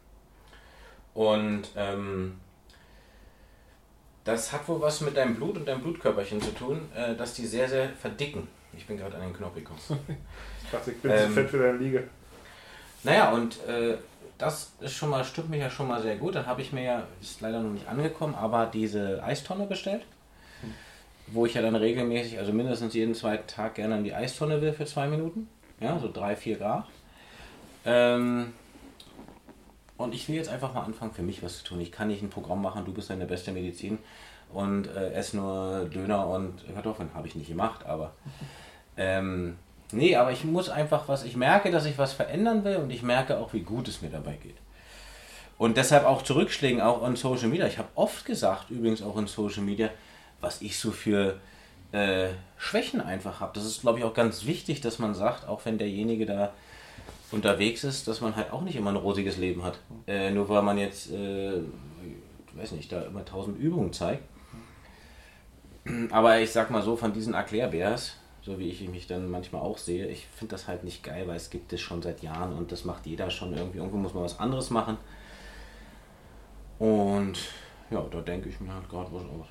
Und ähm, das hat wohl was mit deinem Blut und deinem Blutkörperchen zu tun, äh, dass die sehr, sehr verdicken. Ich bin gerade an den Knopf gekommen. Ich dachte, ich bin Ähm, zu fett für deine Liege. Naja, und äh, das ist schon mal, stimmt mich ja schon mal sehr gut. Dann habe ich mir ja, ist leider noch nicht angekommen, aber diese Eistonne bestellt. wo ich ja dann regelmäßig, also mindestens jeden zweiten Tag gerne in die Eistonne will für zwei Minuten. Ja, so drei, vier Grad. Ähm, und ich will jetzt einfach mal anfangen, für mich was zu tun. Ich kann nicht ein Programm machen, du bist deine beste Medizin und äh, esse nur Döner und Kartoffeln. Habe ich nicht gemacht, aber... Ähm, nee, aber ich muss einfach was... Ich merke, dass ich was verändern will und ich merke auch, wie gut es mir dabei geht. Und deshalb auch zurückschlägen, auch on Social Media. Ich habe oft gesagt, übrigens auch in Social Media, was ich so für äh, Schwächen einfach habe. Das ist, glaube ich, auch ganz wichtig, dass man sagt, auch wenn derjenige da unterwegs ist, dass man halt auch nicht immer ein rosiges Leben hat. Äh, nur weil man jetzt, äh, ich weiß nicht, da immer tausend Übungen zeigt. Aber ich sag mal so, von diesen Erklärbärs, so wie ich mich dann manchmal auch sehe, ich finde das halt nicht geil, weil es gibt es schon seit Jahren und das macht jeder schon irgendwie. Irgendwo muss man was anderes machen. Und ja, da denke ich mir halt gerade was aus.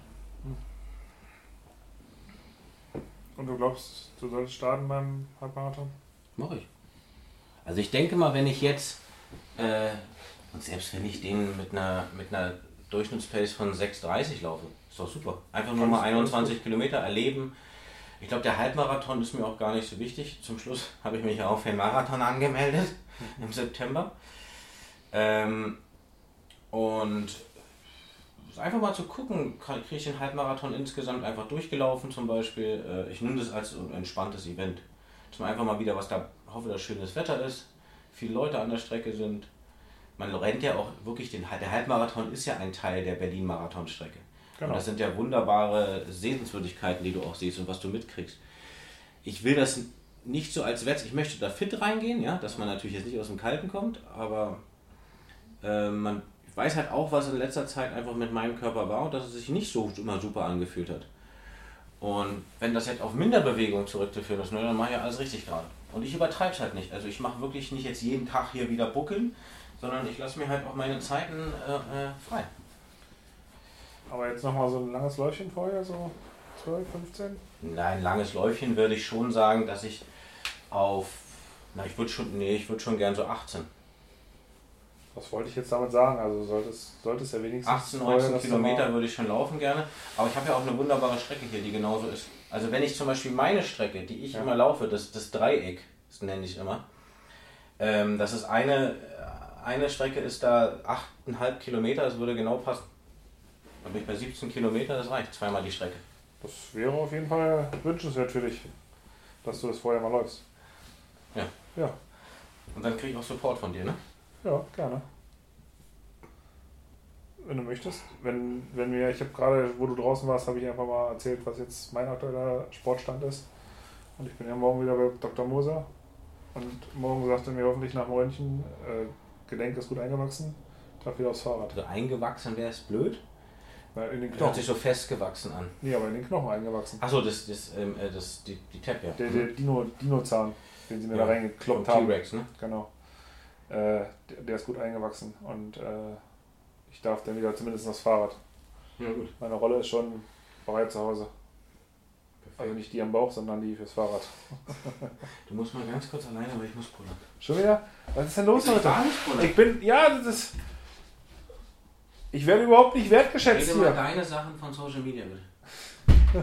Und du glaubst, du solltest starten beim Halbmarathon? Mache ich. Also ich denke mal, wenn ich jetzt, äh, und selbst wenn ich den mit einer, mit einer Durchschnittspace von sechs dreißig laufe, ist doch super. Einfach nur mal einundzwanzig Kilometer erleben. Ich glaube, der Halbmarathon ist mir auch gar nicht so wichtig. Zum Schluss habe ich mich ja auch für den Marathon angemeldet im September. Ähm, und einfach mal zu gucken, kriege ich den Halbmarathon insgesamt einfach durchgelaufen zum Beispiel. Ich nehme das als ein entspanntes Event. Dass man einfach mal wieder was da, hoffe, dass schönes Wetter ist, viele Leute an der Strecke sind. Man rennt ja auch wirklich, den, der Halbmarathon ist ja ein Teil der Berlin-Marathon-Strecke. Genau. Und das sind ja wunderbare Sehenswürdigkeiten, die du auch siehst und was du mitkriegst. Ich will das nicht so als Wett, ich möchte da fit reingehen, ja, dass man natürlich jetzt nicht aus dem Kalten kommt, aber äh, man Ich weiß halt auch, was in letzter Zeit einfach mit meinem Körper war und dass es sich nicht so immer super angefühlt hat. Und wenn das jetzt auf Minderbewegung zurückzuführen ist, ne, dann mache ich ja alles richtig gerade. Und ich übertreibe es halt nicht. Also ich mache wirklich nicht jetzt jeden Tag hier wieder buckeln, sondern ich lasse mir halt auch meine Zeiten äh, äh, frei. Aber jetzt nochmal so ein langes Läufchen vorher, so zwölf, fünfzehn? Nein, langes Läufchen würde ich schon sagen, dass ich auf, na ich würde schon, nee, ich würde schon gern so achtzehn. Was wollte ich jetzt damit sagen? Also sollte es, sollte es ja wenigstens... achtzehn, neunzehn Kilometer würde ich schon laufen gerne, aber ich habe ja auch eine wunderbare Strecke hier, die genauso ist. Also wenn ich zum Beispiel meine Strecke, die ich ja. immer laufe, das, das Dreieck, das nenne ich immer, ähm, das ist eine, eine Strecke ist da acht Komma fünf Kilometer, das würde genau passen. Da bin ich bei siebzehn Kilometer, das reicht, zweimal die Strecke. Das wäre auf jeden Fall wünschenswert für dich, dass du das vorher mal läufst. Ja. Ja. Und dann kriege ich auch Support von dir, ne? Ja, gerne. Wenn du möchtest. Wenn, wenn wir, ich habe gerade, wo du draußen warst, habe ich einfach mal erzählt, was jetzt mein aktueller Sportstand ist. Und ich bin ja morgen wieder bei Doktor Moser. Und morgen sagt er mir hoffentlich nach dem Röntgen, äh, Gelenk ist gut eingewachsen, darf wieder aufs Fahrrad. Also eingewachsen wäre es blöd? Weil in den Knochen. Hört sich so festgewachsen an. Nee, aber in den Knochen eingewachsen. Achso, das, das, ähm, das, die, die Tap, ja. Der, der Dino, Dino-Zahn, den sie mir ja, da reingekloppt haben. T-Rex, ne? Genau. Äh, der, der ist gut eingewachsen und äh, ich darf dann wieder zumindest aufs Fahrrad. Ja, gut. Meine Rolle ist schon bereit zu Hause. Perfekt. Also nicht die am Bauch, sondern die fürs Fahrrad. Du musst mal ganz kurz alleine, weil ich muss pullern. Schon wieder? Was ist denn los ich heute? Gar nicht pullern. Ich bin, ja, das ist... Ich werde überhaupt nicht wertgeschätzt Rede hier. mal deine Sachen von Social Media, bitte.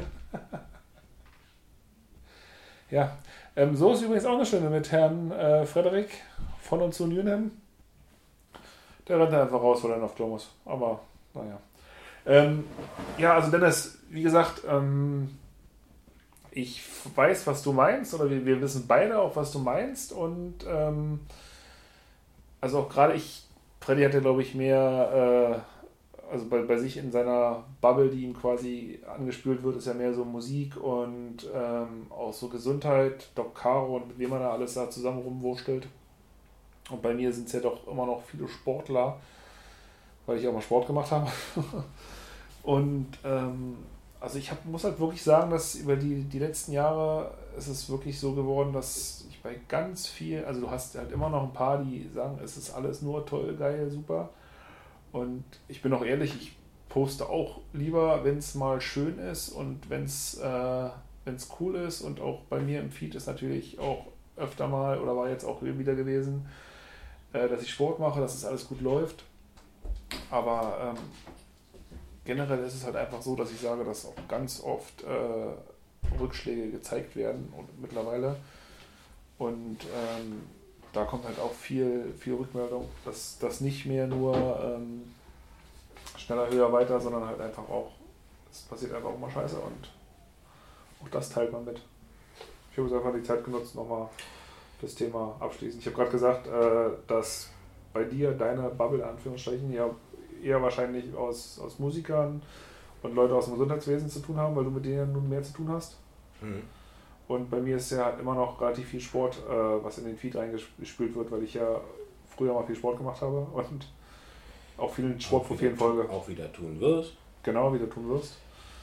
Ja, ähm, so ist übrigens auch eine Stunde mit Herrn äh, Frederik von und zu Newham. Der rennt einfach raus, weil er auf Klo muss. Aber, naja. Ähm, ja, also Dennis, wie gesagt, ähm, ich weiß, was du meinst, oder wir, wir wissen beide auch, was du meinst. Und ähm, also auch gerade ich, Freddy hatte, glaube ich, mehr, äh, also bei, bei sich in seiner Bubble, die ihm quasi angespült wird, ist ja mehr so Musik und ähm, auch so Gesundheit, Doc Caro und mit wem man da alles da zusammen rumwurstelt. Und bei mir sind es ja doch immer noch viele Sportler, weil ich auch mal Sport gemacht habe. Und ähm, also ich hab, muss halt wirklich sagen, dass über die, die letzten Jahre ist es wirklich so geworden, dass ich bei ganz viel, also du hast halt immer noch ein paar, die sagen, es ist alles nur toll, geil, super. Und ich bin auch ehrlich, ich poste auch lieber, wenn es mal schön ist und wenn es äh, wenn's cool ist. Und auch bei mir im Feed ist natürlich auch öfter mal, oder war jetzt auch wieder gewesen, dass ich Sport mache, dass es alles gut läuft. Aber ähm, generell ist es halt einfach so, dass ich sage, dass auch ganz oft äh, Rückschläge gezeigt werden und mittlerweile. Und ähm, da kommt halt auch viel, viel Rückmeldung, dass das nicht mehr nur ähm, schneller, höher, weiter, sondern halt einfach auch, es passiert einfach auch mal Scheiße und auch das teilt man mit. Ich habe jetzt einfach die Zeit genutzt, nochmal das Thema abschließen. Ich habe gerade gesagt, äh, dass bei dir deine Bubble, in Anführungsstrichen, ja eher wahrscheinlich aus, aus Musikern und Leute aus dem Gesundheitswesen zu tun haben, weil du mit denen nun mehr zu tun hast. Mhm. Und bei mir ist ja immer noch relativ viel Sport, äh, was in den Feed reingespült wird, weil ich ja früher mal viel Sport gemacht habe und auch vielen Sportprofilen folge. Auch wieder tun wirst. Genau, wieder tun wirst.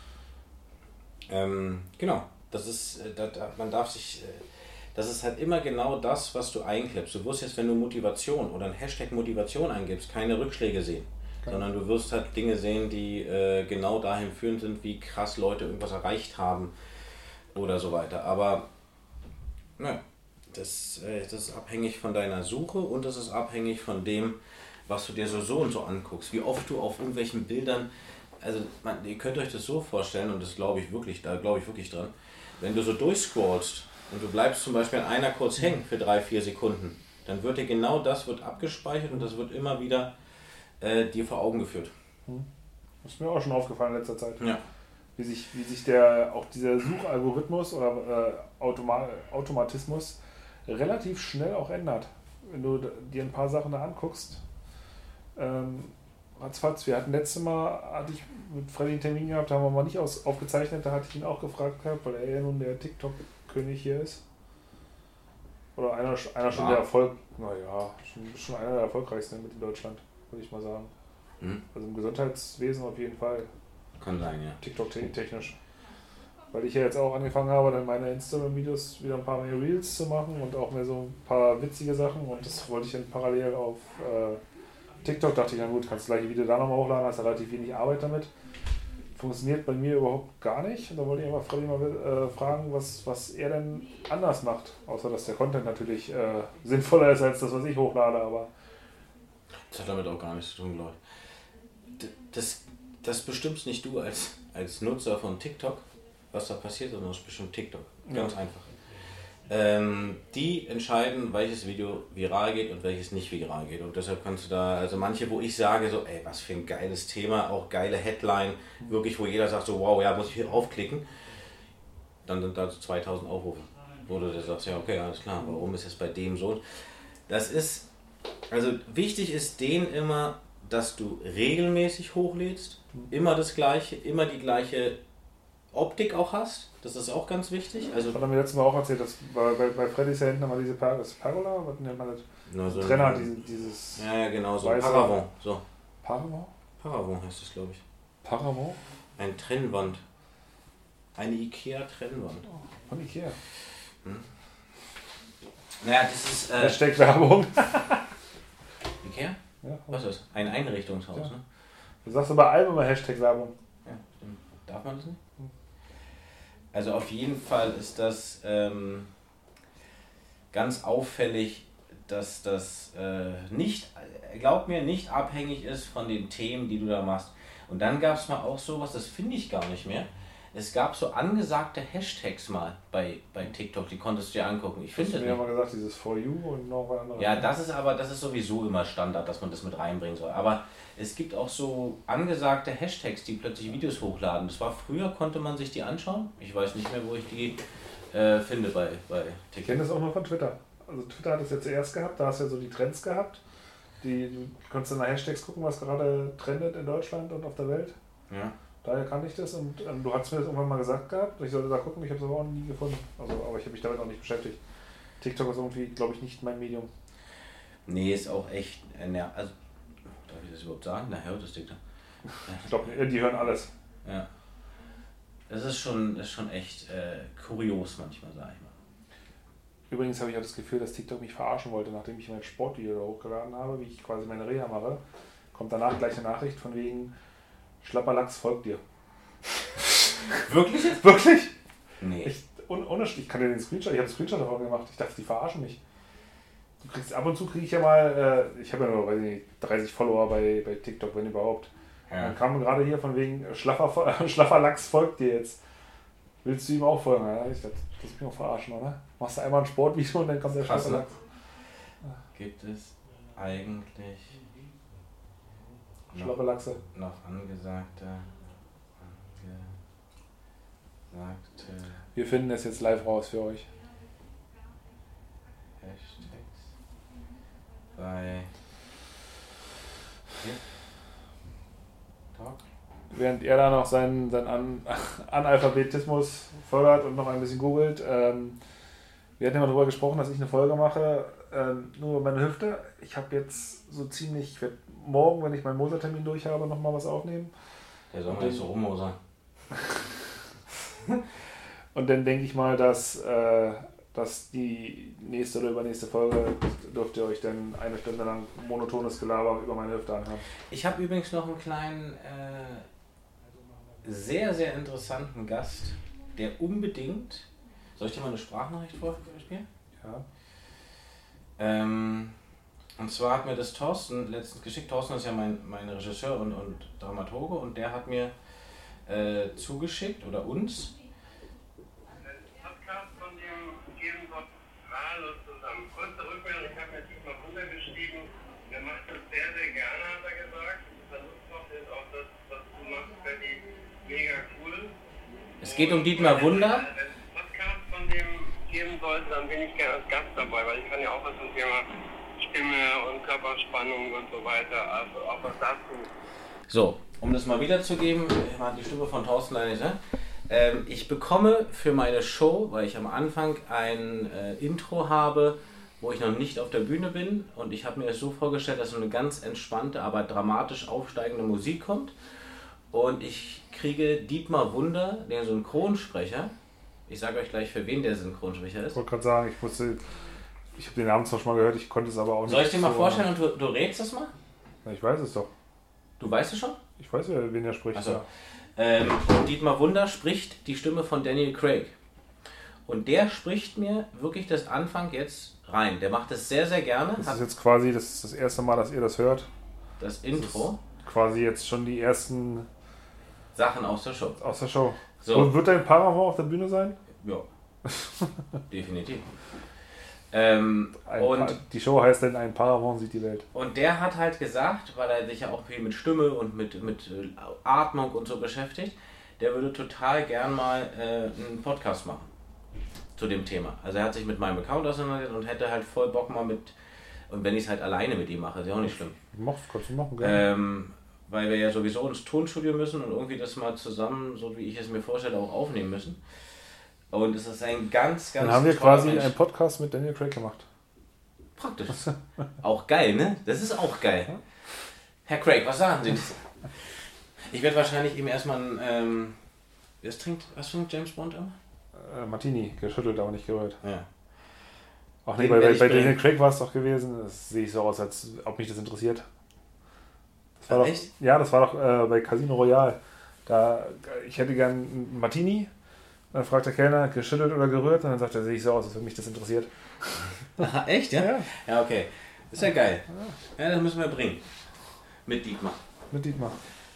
Ähm, genau, das ist, das, man darf sich, das ist halt immer genau das, was du einklappst. Du wirst jetzt, wenn du Motivation oder ein Hashtag Motivation eingibst, keine Rückschläge sehen, okay. sondern du wirst halt Dinge sehen, die äh, genau dahin führend sind, wie krass Leute irgendwas erreicht haben oder so weiter. Aber ne, das, äh, das ist abhängig von deiner Suche und das ist abhängig von dem, was du dir so, so und so anguckst, wie oft du auf irgendwelchen Bildern, also man, ihr könnt euch das so vorstellen und das glaube ich wirklich, da glaube ich wirklich dran, wenn du so durchscrollst und du bleibst zum Beispiel an einer kurz hängen für drei, vier Sekunden, dann wird dir genau das wird abgespeichert und das wird immer wieder äh, dir vor Augen geführt. Das ist mir auch schon aufgefallen in letzter Zeit. Ja. Wie sich, wie sich der, auch dieser Suchalgorithmus oder äh, Automa- Automatismus relativ schnell auch ändert. Wenn du dir ein paar Sachen da anguckst, ähm, ratzfatz, wir hatten letztes Mal, hatte ich mit Freddy einen Termin gehabt, da haben wir mal nicht aus, aufgezeichnet, da hatte ich ihn auch gefragt gehabt, weil er ja nun der TikTok-König hier ist. Oder einer, einer schon ja. der Erfolg, naja, schon, schon einer der erfolgreichsten mit in Deutschland, würde ich mal sagen. Hm. Also im Gesundheitswesen auf jeden Fall. Kann sein, ja. TikTok-technisch. Weil ich ja jetzt auch angefangen habe, dann meine Instagram-Videos wieder ein paar mehr Reels zu machen und auch mehr so ein paar witzige Sachen und das wollte ich dann parallel auf äh, TikTok, dachte ich, na gut, kannst du das gleiche Video da nochmal hochladen, hast ja relativ wenig Arbeit damit. Funktioniert bei mir überhaupt gar nicht. Und da wollte ich einfach Freddy mal äh, fragen, was, was er denn anders macht. Außer, dass der Content natürlich äh, sinnvoller ist als das, was ich hochlade, aber... Das hat damit auch gar nichts zu tun, glaube ich. Das, das bestimmst nicht du als, als Nutzer von TikTok, was da passiert, sondern das bestimmt TikTok. Ganz ja. einfach. Ähm, die entscheiden, welches Video viral geht und welches nicht viral geht. Und deshalb kannst du da, also manche, wo ich sage, so, ey, was für ein geiles Thema, auch geile Headline, wirklich, wo jeder sagt, so, wow, ja, muss ich hier aufklicken, dann sind da zweitausend Aufrufe. Wo du sagst, ja, okay, alles klar, warum ist es bei dem so? Das ist, also wichtig ist denen immer, dass du regelmäßig hochlädst, immer das Gleiche, immer die gleiche Optik auch hast, das ist auch ganz wichtig. Also das hat er mir letztes Mal auch erzählt, dass bei, bei, bei Freddy ist ja hinten mal diese per- das Pergola, was nennt man das? No, so Trenner, diese, dieses... Ja, ja, genau, so Paravent. So. Paravent? Paravent heißt das, glaube ich. Paravent? Eine Trennwand. Eine Ikea-Trennwand. Oh, von Ikea. Hm. Naja, das ist... Äh, Hashtag Werbung. Ikea? Ja. Was ist das? Ein Einrichtungshaus, ja. ne? Du sagst aber allem immer Hashtag Werbung. Ja, stimmt. Darf man das nicht? Also auf jeden Fall ist das ähm, ganz auffällig, dass das äh, nicht, glaub mir, nicht abhängig ist von den Themen, die du da machst. Und dann gab es mal auch sowas, das finde ich gar nicht mehr. Es gab so angesagte Hashtags mal bei, bei TikTok, die konntest du dir angucken. Ich finde das nicht. Du hast mir ja mal gesagt, dieses For You und noch was anderes. Ja, das ist aber, das ist sowieso immer Standard, dass man das mit reinbringen soll. Aber es gibt auch so angesagte Hashtags, die plötzlich Videos hochladen. Das war früher, konnte man sich die anschauen. Ich weiß nicht mehr, wo ich die äh, finde bei, bei TikTok. Ich kenne das auch nur von Twitter. Also Twitter hat es ja zuerst gehabt, da hast du ja so die Trends gehabt. Die, du konntest dann nach Hashtags gucken, was gerade trendet in Deutschland und auf der Welt. Ja. Daher kannte ich das und ähm, du hast mir das irgendwann mal gesagt gehabt, ich sollte da gucken, ich habe es aber auch nie gefunden. Also, aber ich habe mich damit auch nicht beschäftigt. TikTok ist irgendwie, glaube ich, nicht mein Medium. Nee, ist auch echt, äh, ne, also, darf ich das überhaupt sagen? Na, hört das TikTok. Ich glaube, die hören alles. Ja. Das ist schon, das ist schon echt äh, kurios manchmal, sag ich mal. Übrigens habe ich auch das Gefühl, dass TikTok mich verarschen wollte, nachdem ich mein Sportvideo hochgeladen habe, wie ich quasi meine Reha mache, kommt danach gleich eine Nachricht von wegen Schlapper Lachs folgt dir. Wirklich? Wirklich? Nee. Ich, un, ohne, ich kann dir den Screenshot, ich habe einen Screenshot davon gemacht, ich dachte, die verarschen mich. Du kriegst, ab und zu kriege ich ja mal, äh, ich habe ja nur, weiß nicht, dreißig Follower bei, bei TikTok, wenn überhaupt. Ja. Dann kam gerade hier von wegen schlaffer, schlaffer Lachs folgt dir jetzt. Willst du ihm auch folgen? Ja, ich dachte, das ist mich auch verarschen, oder? Machst du einmal ein Sportvideo und dann kommt der schlaffer Lachs. Gibt es eigentlich schlaffer Lachse noch angesagte, angesagte Wir finden es jetzt live raus für euch. Hashtags bei Talk? Während er da noch seinen, seinen An Analphabetismus fördert und noch ein bisschen googelt. Ähm, wir hatten ja mal darüber gesprochen, dass ich eine Folge mache, ähm, nur über meine Hüfte. Ich habe jetzt so ziemlich, ich werde morgen, wenn ich meinen Moser-Termin durch habe, nochmal was aufnehmen. Der soll mal nicht so rummosern. Und dann denke ich mal, dass, äh, dass die nächste oder übernächste Folge dürft ihr euch dann eine Stunde lang monotones Gelaber über meine Hüfte anhören. Ich habe übrigens noch einen kleinen, äh, sehr, sehr interessanten Gast, der unbedingt... Soll ich dir mal eine Sprachnachricht vorspielen? Ja. Ähm, und zwar hat mir das Thorsten letztens geschickt. Thorsten ist ja mein, mein Regisseur und, und Dramaturge und der hat mir äh, zugeschickt, oder uns, Podcast von dem Geben Gott Rales zusammen. Kurze Rückmeldung, ich habe mir Dietmar Wunder geschrieben. Der macht das sehr, sehr gerne, hat er gesagt. Versucht ist auch das, was du machst, Betty, mega cool. Es geht um Dietmar Wunder. Wenn es einen Podcast von dem geben sollte, dann bin ich gerne als Gast dabei, weil ich kann ja auch was zum Thema Stimme und Körperspannung und so weiter, also auch was dazu. So, um das mal wiederzugeben, man hat die Stimme von Thorsten leider nicht, ne? Ähm, ich bekomme für meine Show, weil ich am Anfang ein äh, Intro habe, wo ich noch nicht auf der Bühne bin, und ich habe mir das so vorgestellt, dass so eine ganz entspannte, aber dramatisch aufsteigende Musik kommt, und ich kriege Dietmar Wunder, den Synchronsprecher, ich sage euch gleich, für wen der Synchronsprecher ist. Ich wollte gerade sagen, ich musste, ich habe den Namen zwar schon mal gehört, ich konnte es aber auch nicht. Soll ich dir mal so vorstellen und du, du rätst das mal? Na, ich weiß es doch. Du weißt es schon? Ich weiß ja, wen er spricht. Ach so. Ja. Ähm, und Dietmar Wunder spricht die Stimme von Daniel Craig. Und der spricht mir wirklich das Anfang jetzt rein. Der macht es sehr, sehr gerne. Das Hat ist jetzt quasi das, ist das erste Mal, dass ihr das hört. das Intro. Das ist quasi jetzt schon die ersten Sachen aus der Show. aus der Show. So. Und wird dein Paravent auf der Bühne sein? Ja. Definitiv. Ähm, Ein und, pa die Show heißt dann Ein Paravent sieht die Welt. und der hat halt gesagt, weil er sich ja auch viel mit Stimme und mit, mit Atmung und so beschäftigt, der würde total gern mal äh, einen Podcast machen zu dem Thema. Also er hat sich mit meinem Account auseinandergesetzt und hätte halt voll Bock mal mit, und wenn ich es halt alleine mit ihm mache, ist ja auch nicht schlimm. Mach's, kannst du machen, gerne. Ähm, weil wir ja sowieso ins Tonstudio müssen und irgendwie das mal zusammen, so wie ich es mir vorstelle, auch aufnehmen müssen. Und es ist ein ganz, ganz Dann haben wir toller quasi Mensch. einen Podcast mit Daniel Craig gemacht. Praktisch. Auch geil, ne? Das ist auch geil. Herr Craig, was sagen Sie? Ich werde wahrscheinlich ihm erstmal ein, ähm, was trinkt, was trinkt James Bond immer? Äh, Martini, geschüttelt, aber nicht gerührt. Ja. Ach nee, Den bei, werd bei, ich bei bringen. Daniel Craig war es doch gewesen. Das sehe ich so aus, als ob mich das interessiert. Das war Ach, doch, echt? ja, das war doch äh, bei Casino Royale. Da, ich hätte gern einen Martini. Dann fragt der Kellner, geschüttelt oder gerührt? Und dann sagt er, sehe ich so aus, als ob mich das interessiert. Aha, echt, ja? Ja. Ja, okay. Ist ja geil. Ja, das müssen wir bringen. Mit Dietmar. Mit Dietmar.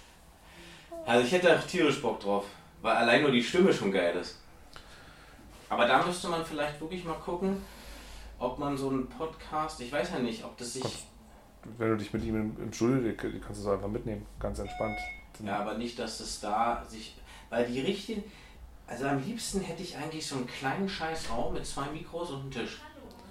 Also ich hätte auch tierisch Bock drauf, weil allein nur die Stimme schon geil ist. Aber da müsste man vielleicht wirklich mal gucken, ob man so einen Podcast, ich weiß ja nicht, ob das sich... Wenn du dich mit ihm im, im Studio, die, die kannst du so einfach mitnehmen, ganz entspannt. Ja, aber nicht, dass es da sich... Weil die richtigen... Also am liebsten hätte ich eigentlich so einen kleinen scheiß Raum mit zwei Mikros und einem Tisch.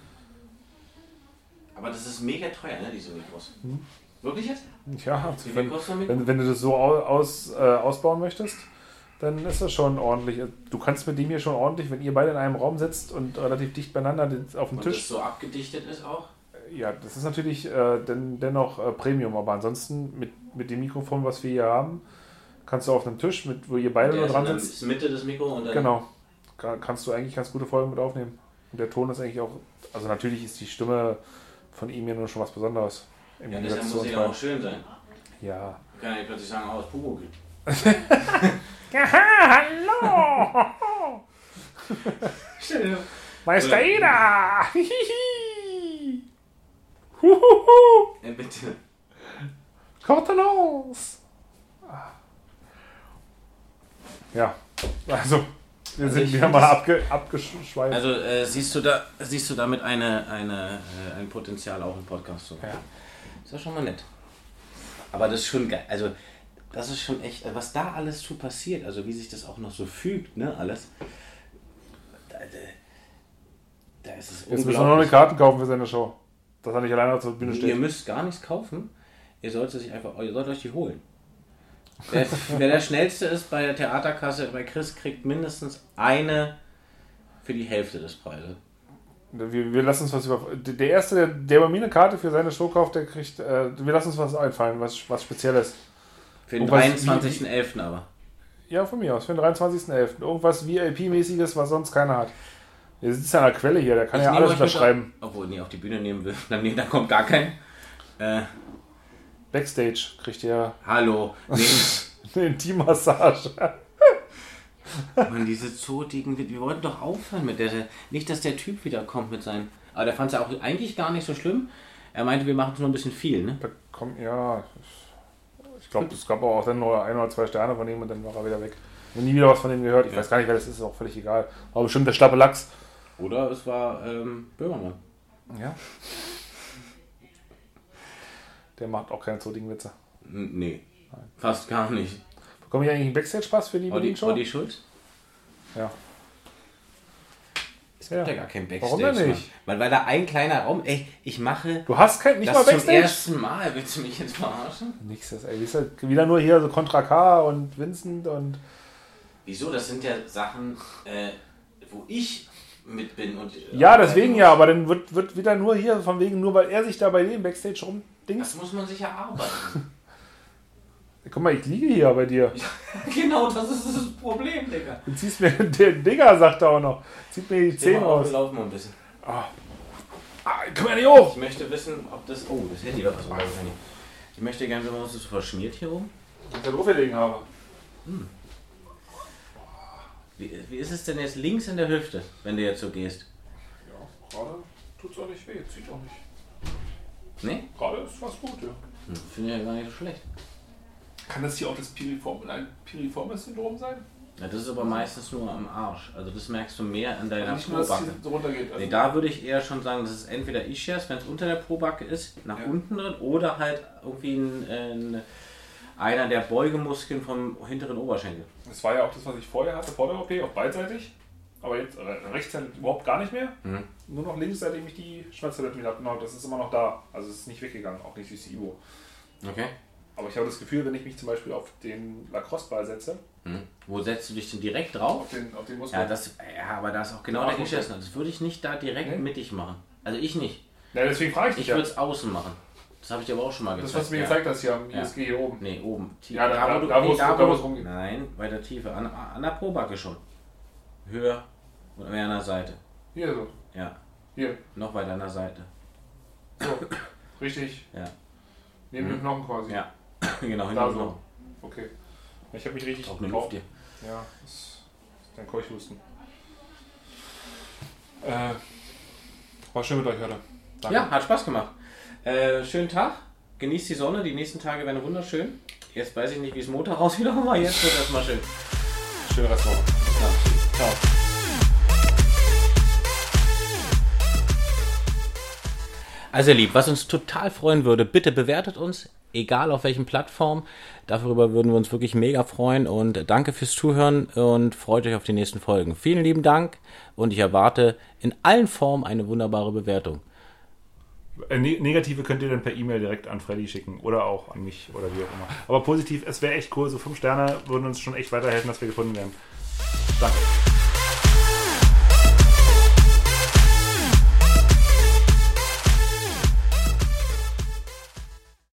Aber das ist mega teuer, ne, diese Mikros. Hm. Wirklich jetzt? Ja, Wie viel wenn, kostet ein Mikro? wenn, wenn du das so aus, äh, ausbauen möchtest, dann ist das schon ordentlich. Du kannst mit dem hier schon ordentlich, wenn ihr beide in einem Raum sitzt und relativ dicht beieinander auf dem Und Tisch. das so abgedichtet ist auch? Ja, das ist natürlich äh, den, dennoch äh, Premium, aber ansonsten mit, mit dem Mikrofon, was wir hier haben, kannst du auf einem Tisch, mit, wo ihr beide Der nur ist dran in der sitzt, Mitte des Mikro und dann... genau, kann, kannst du eigentlich ganz gute Folgen mit aufnehmen. Und der Ton ist eigentlich auch, also natürlich ist die Stimme von ihm ja nur schon was Besonderes. Im Ja, Gegensatz deshalb zu muss uns ja auch beiden. schön sein. Ja. Ich kann ja nicht plötzlich sagen, oh, es Pugo gibt. Hallo! Stell dir Meister Oder- Ida! Hihihi! Huhuhu! Ja, bitte. Cortelons! Ja, also wir Also sind ich wieder find mal das- abge, abgeschweift. Also äh, siehst du da siehst du damit eine, eine, äh, ein Potenzial auch im Podcast so. Ja. Ist ja schon mal nett. Aber das ist schon geil. Also das ist schon echt, was da alles zu passiert, also wie sich das auch noch so fügt, ne, alles. Da, da, da ist es Jetzt müssen wir unglaublich. noch eine Karten kaufen für seine Show. Dass er nicht alleine auf der Bühne Ihr steht. müsst gar nichts kaufen. Ihr solltet sich einfach, ihr sollt euch die holen. Wer, wer der schnellste ist bei der Theaterkasse, bei Chris, kriegt mindestens eine für die Hälfte des Preises. Wir, wir lassen uns was über. Der Erste, der, der bei mir eine Karte für seine Show kauft, der kriegt. Äh, wir lassen uns was einfallen, was, was Spezielles. Für den Und was- dreiundzwanzigsten elften aber. Ja, von mir aus, für den dreiundzwanzigsten elften Irgendwas V I P-mäßiges, was sonst keiner hat. Wir sitzen an der Quelle hier, der kann Ich ja nehme alles euch mit unterschreiben. auf- Obwohl, nee, auf die Bühne nehmen will. Dann, nee, dann kommt gar kein. Äh, Backstage kriegt ihr hallo. Nee, eine Intimmassage. Mann, diese zotigen. Wir wollten doch aufhören mit der. Nicht, dass der Typ wieder kommt mit seinen. Aber der fand es ja auch eigentlich gar nicht so schlimm. Er meinte, wir machen es nur ein bisschen viel, ne? Da kommt, ja. Ich glaube, es gab auch dann nur ein oder zwei Sterne von ihm und dann war er wieder weg. Und nie wieder was von ihm gehört. Ich Ja. weiß gar nicht, wer das ist, ist auch völlig egal. War bestimmt der schlappe Lachs. Oder es war ähm, Böhmermann. Ja. Der macht auch keine zotigen Witze. N- Nee, fast gar nicht. Bekomme ich eigentlich einen Backstage-Pass für die Olli, Berlin-Show? Olli Schulz? Ja. Es gibt Ja. ja gar kein Warum Backstage. denn nicht? Mann. Weil, weil da ein kleiner Raum. Ey, ich mache Du hast kein, nicht das mal zum Backstage? ersten Mal. Willst du mich jetzt verarschen? Nix, das, ey, ist halt wieder nur hier so Contra K und Vincent und. Wieso? Das sind ja Sachen, äh, wo ich mit bin. Und, äh, Ja, deswegen ja, aber dann wird, wird wieder nur hier, von wegen, nur weil er sich da bei dem Backstage Das rumdings. muss man sich erarbeiten. Guck mal, ich liege hier bei dir. Genau, das ist das Problem, Digga. Du ziehst mir, der Digger sagt er auch noch, zieht mir die Zähne Wir aus. laufen mal ein bisschen. Ah, ah, komm ja nicht hoch! Ich möchte wissen, ob das. Oh, das Handy war was. Handy. Ich möchte gerne wissen, was das so verschmiert hier oben. Ich da drauf gelegen habe. Wie, wie ist es denn jetzt links in der Hüfte, wenn du jetzt so gehst? Ja, gerade tut's auch nicht weh, zieht auch nicht. Nee? Gerade ist was gut, ja. Hm, finde ich ja gar nicht so schlecht. Kann das hier auch das Piriform, ein Piriformis-Syndrom sein? Ja, das ist aber meistens nur am Arsch. Also das merkst du mehr an deiner Nicht nur, dass es Probacke. hier so runtergeht. Also Nee, da würde ich eher schon sagen, das ist entweder Ischias, wenn es unter der Probacke ist, nach Ja. unten drin, oder halt irgendwie ein, ein, einer der Beugemuskeln vom hinteren Oberschenkel. das war ja auch das, was ich vorher hatte, vor der O P, auch beidseitig. Aber jetzt äh, rechts halt überhaupt gar nicht mehr. Mhm. Nur noch links, seitdem ich die Schmerztabletten wieder habe. Genau, das ist immer noch da. Also es ist nicht weggegangen, auch nicht durch die Ibo. Okay. Aber ich habe das Gefühl, wenn ich mich zum Beispiel auf den Lacrosse-Ball setze, Mhm. Wo setzt du dich denn direkt drauf? auf den, auf den Muskel. Ja, das, ja, aber da ist auch genau Ja, der okay. Ischias. Das würde ich nicht da direkt Nee? mittig machen. Also ich nicht. Ja, deswegen frage ich dich Ich ja. würde es außen machen. Das habe ich dir aber auch schon mal Das, gezeigt. was du mir ja. gezeigt hast hier am Ja. I S G hier oben. Nee, oben. Tief. Ja, da- da- du- da, wo nee, es- da, wo wo es- es rumgeht. Nein, weiter tiefer. An, an der Probacke schon. Höher und mehr an der Seite. Hier so. Ja, Hier. noch weiter an der Seite. So. Richtig. Ja, Neben Mhm. dem Knochen quasi. ja. genau, Da hinten so. noch. Okay. Ich habe mich richtig Auch eine drauf- Luft hier. Ja, das ist dein Keuchhusten. Äh, war schön mit euch heute. Danke. Ja, hat Spaß gemacht. Äh, schönen Tag. Genießt die Sonne. Die nächsten Tage werden wunderschön. Jetzt weiß ich nicht, wie es Montag aussieht, aber jetzt wird das mal schön. Schöne Restwoche. Ja. Ciao. Also ihr Lieb, was uns total freuen würde, bitte bewertet uns, egal auf welchen Plattform. Darüber würden wir uns wirklich mega freuen und danke fürs Zuhören und freut euch auf die nächsten Folgen. Vielen lieben Dank und ich erwarte in allen Formen eine wunderbare Bewertung. Äh, ne- Negative könnt ihr dann per E-Mail direkt an Freddy schicken oder auch an mich oder wie auch immer. Aber positiv, es wäre echt cool, so fünf Sterne würden uns schon echt weiterhelfen, dass wir gefunden werden. Danke.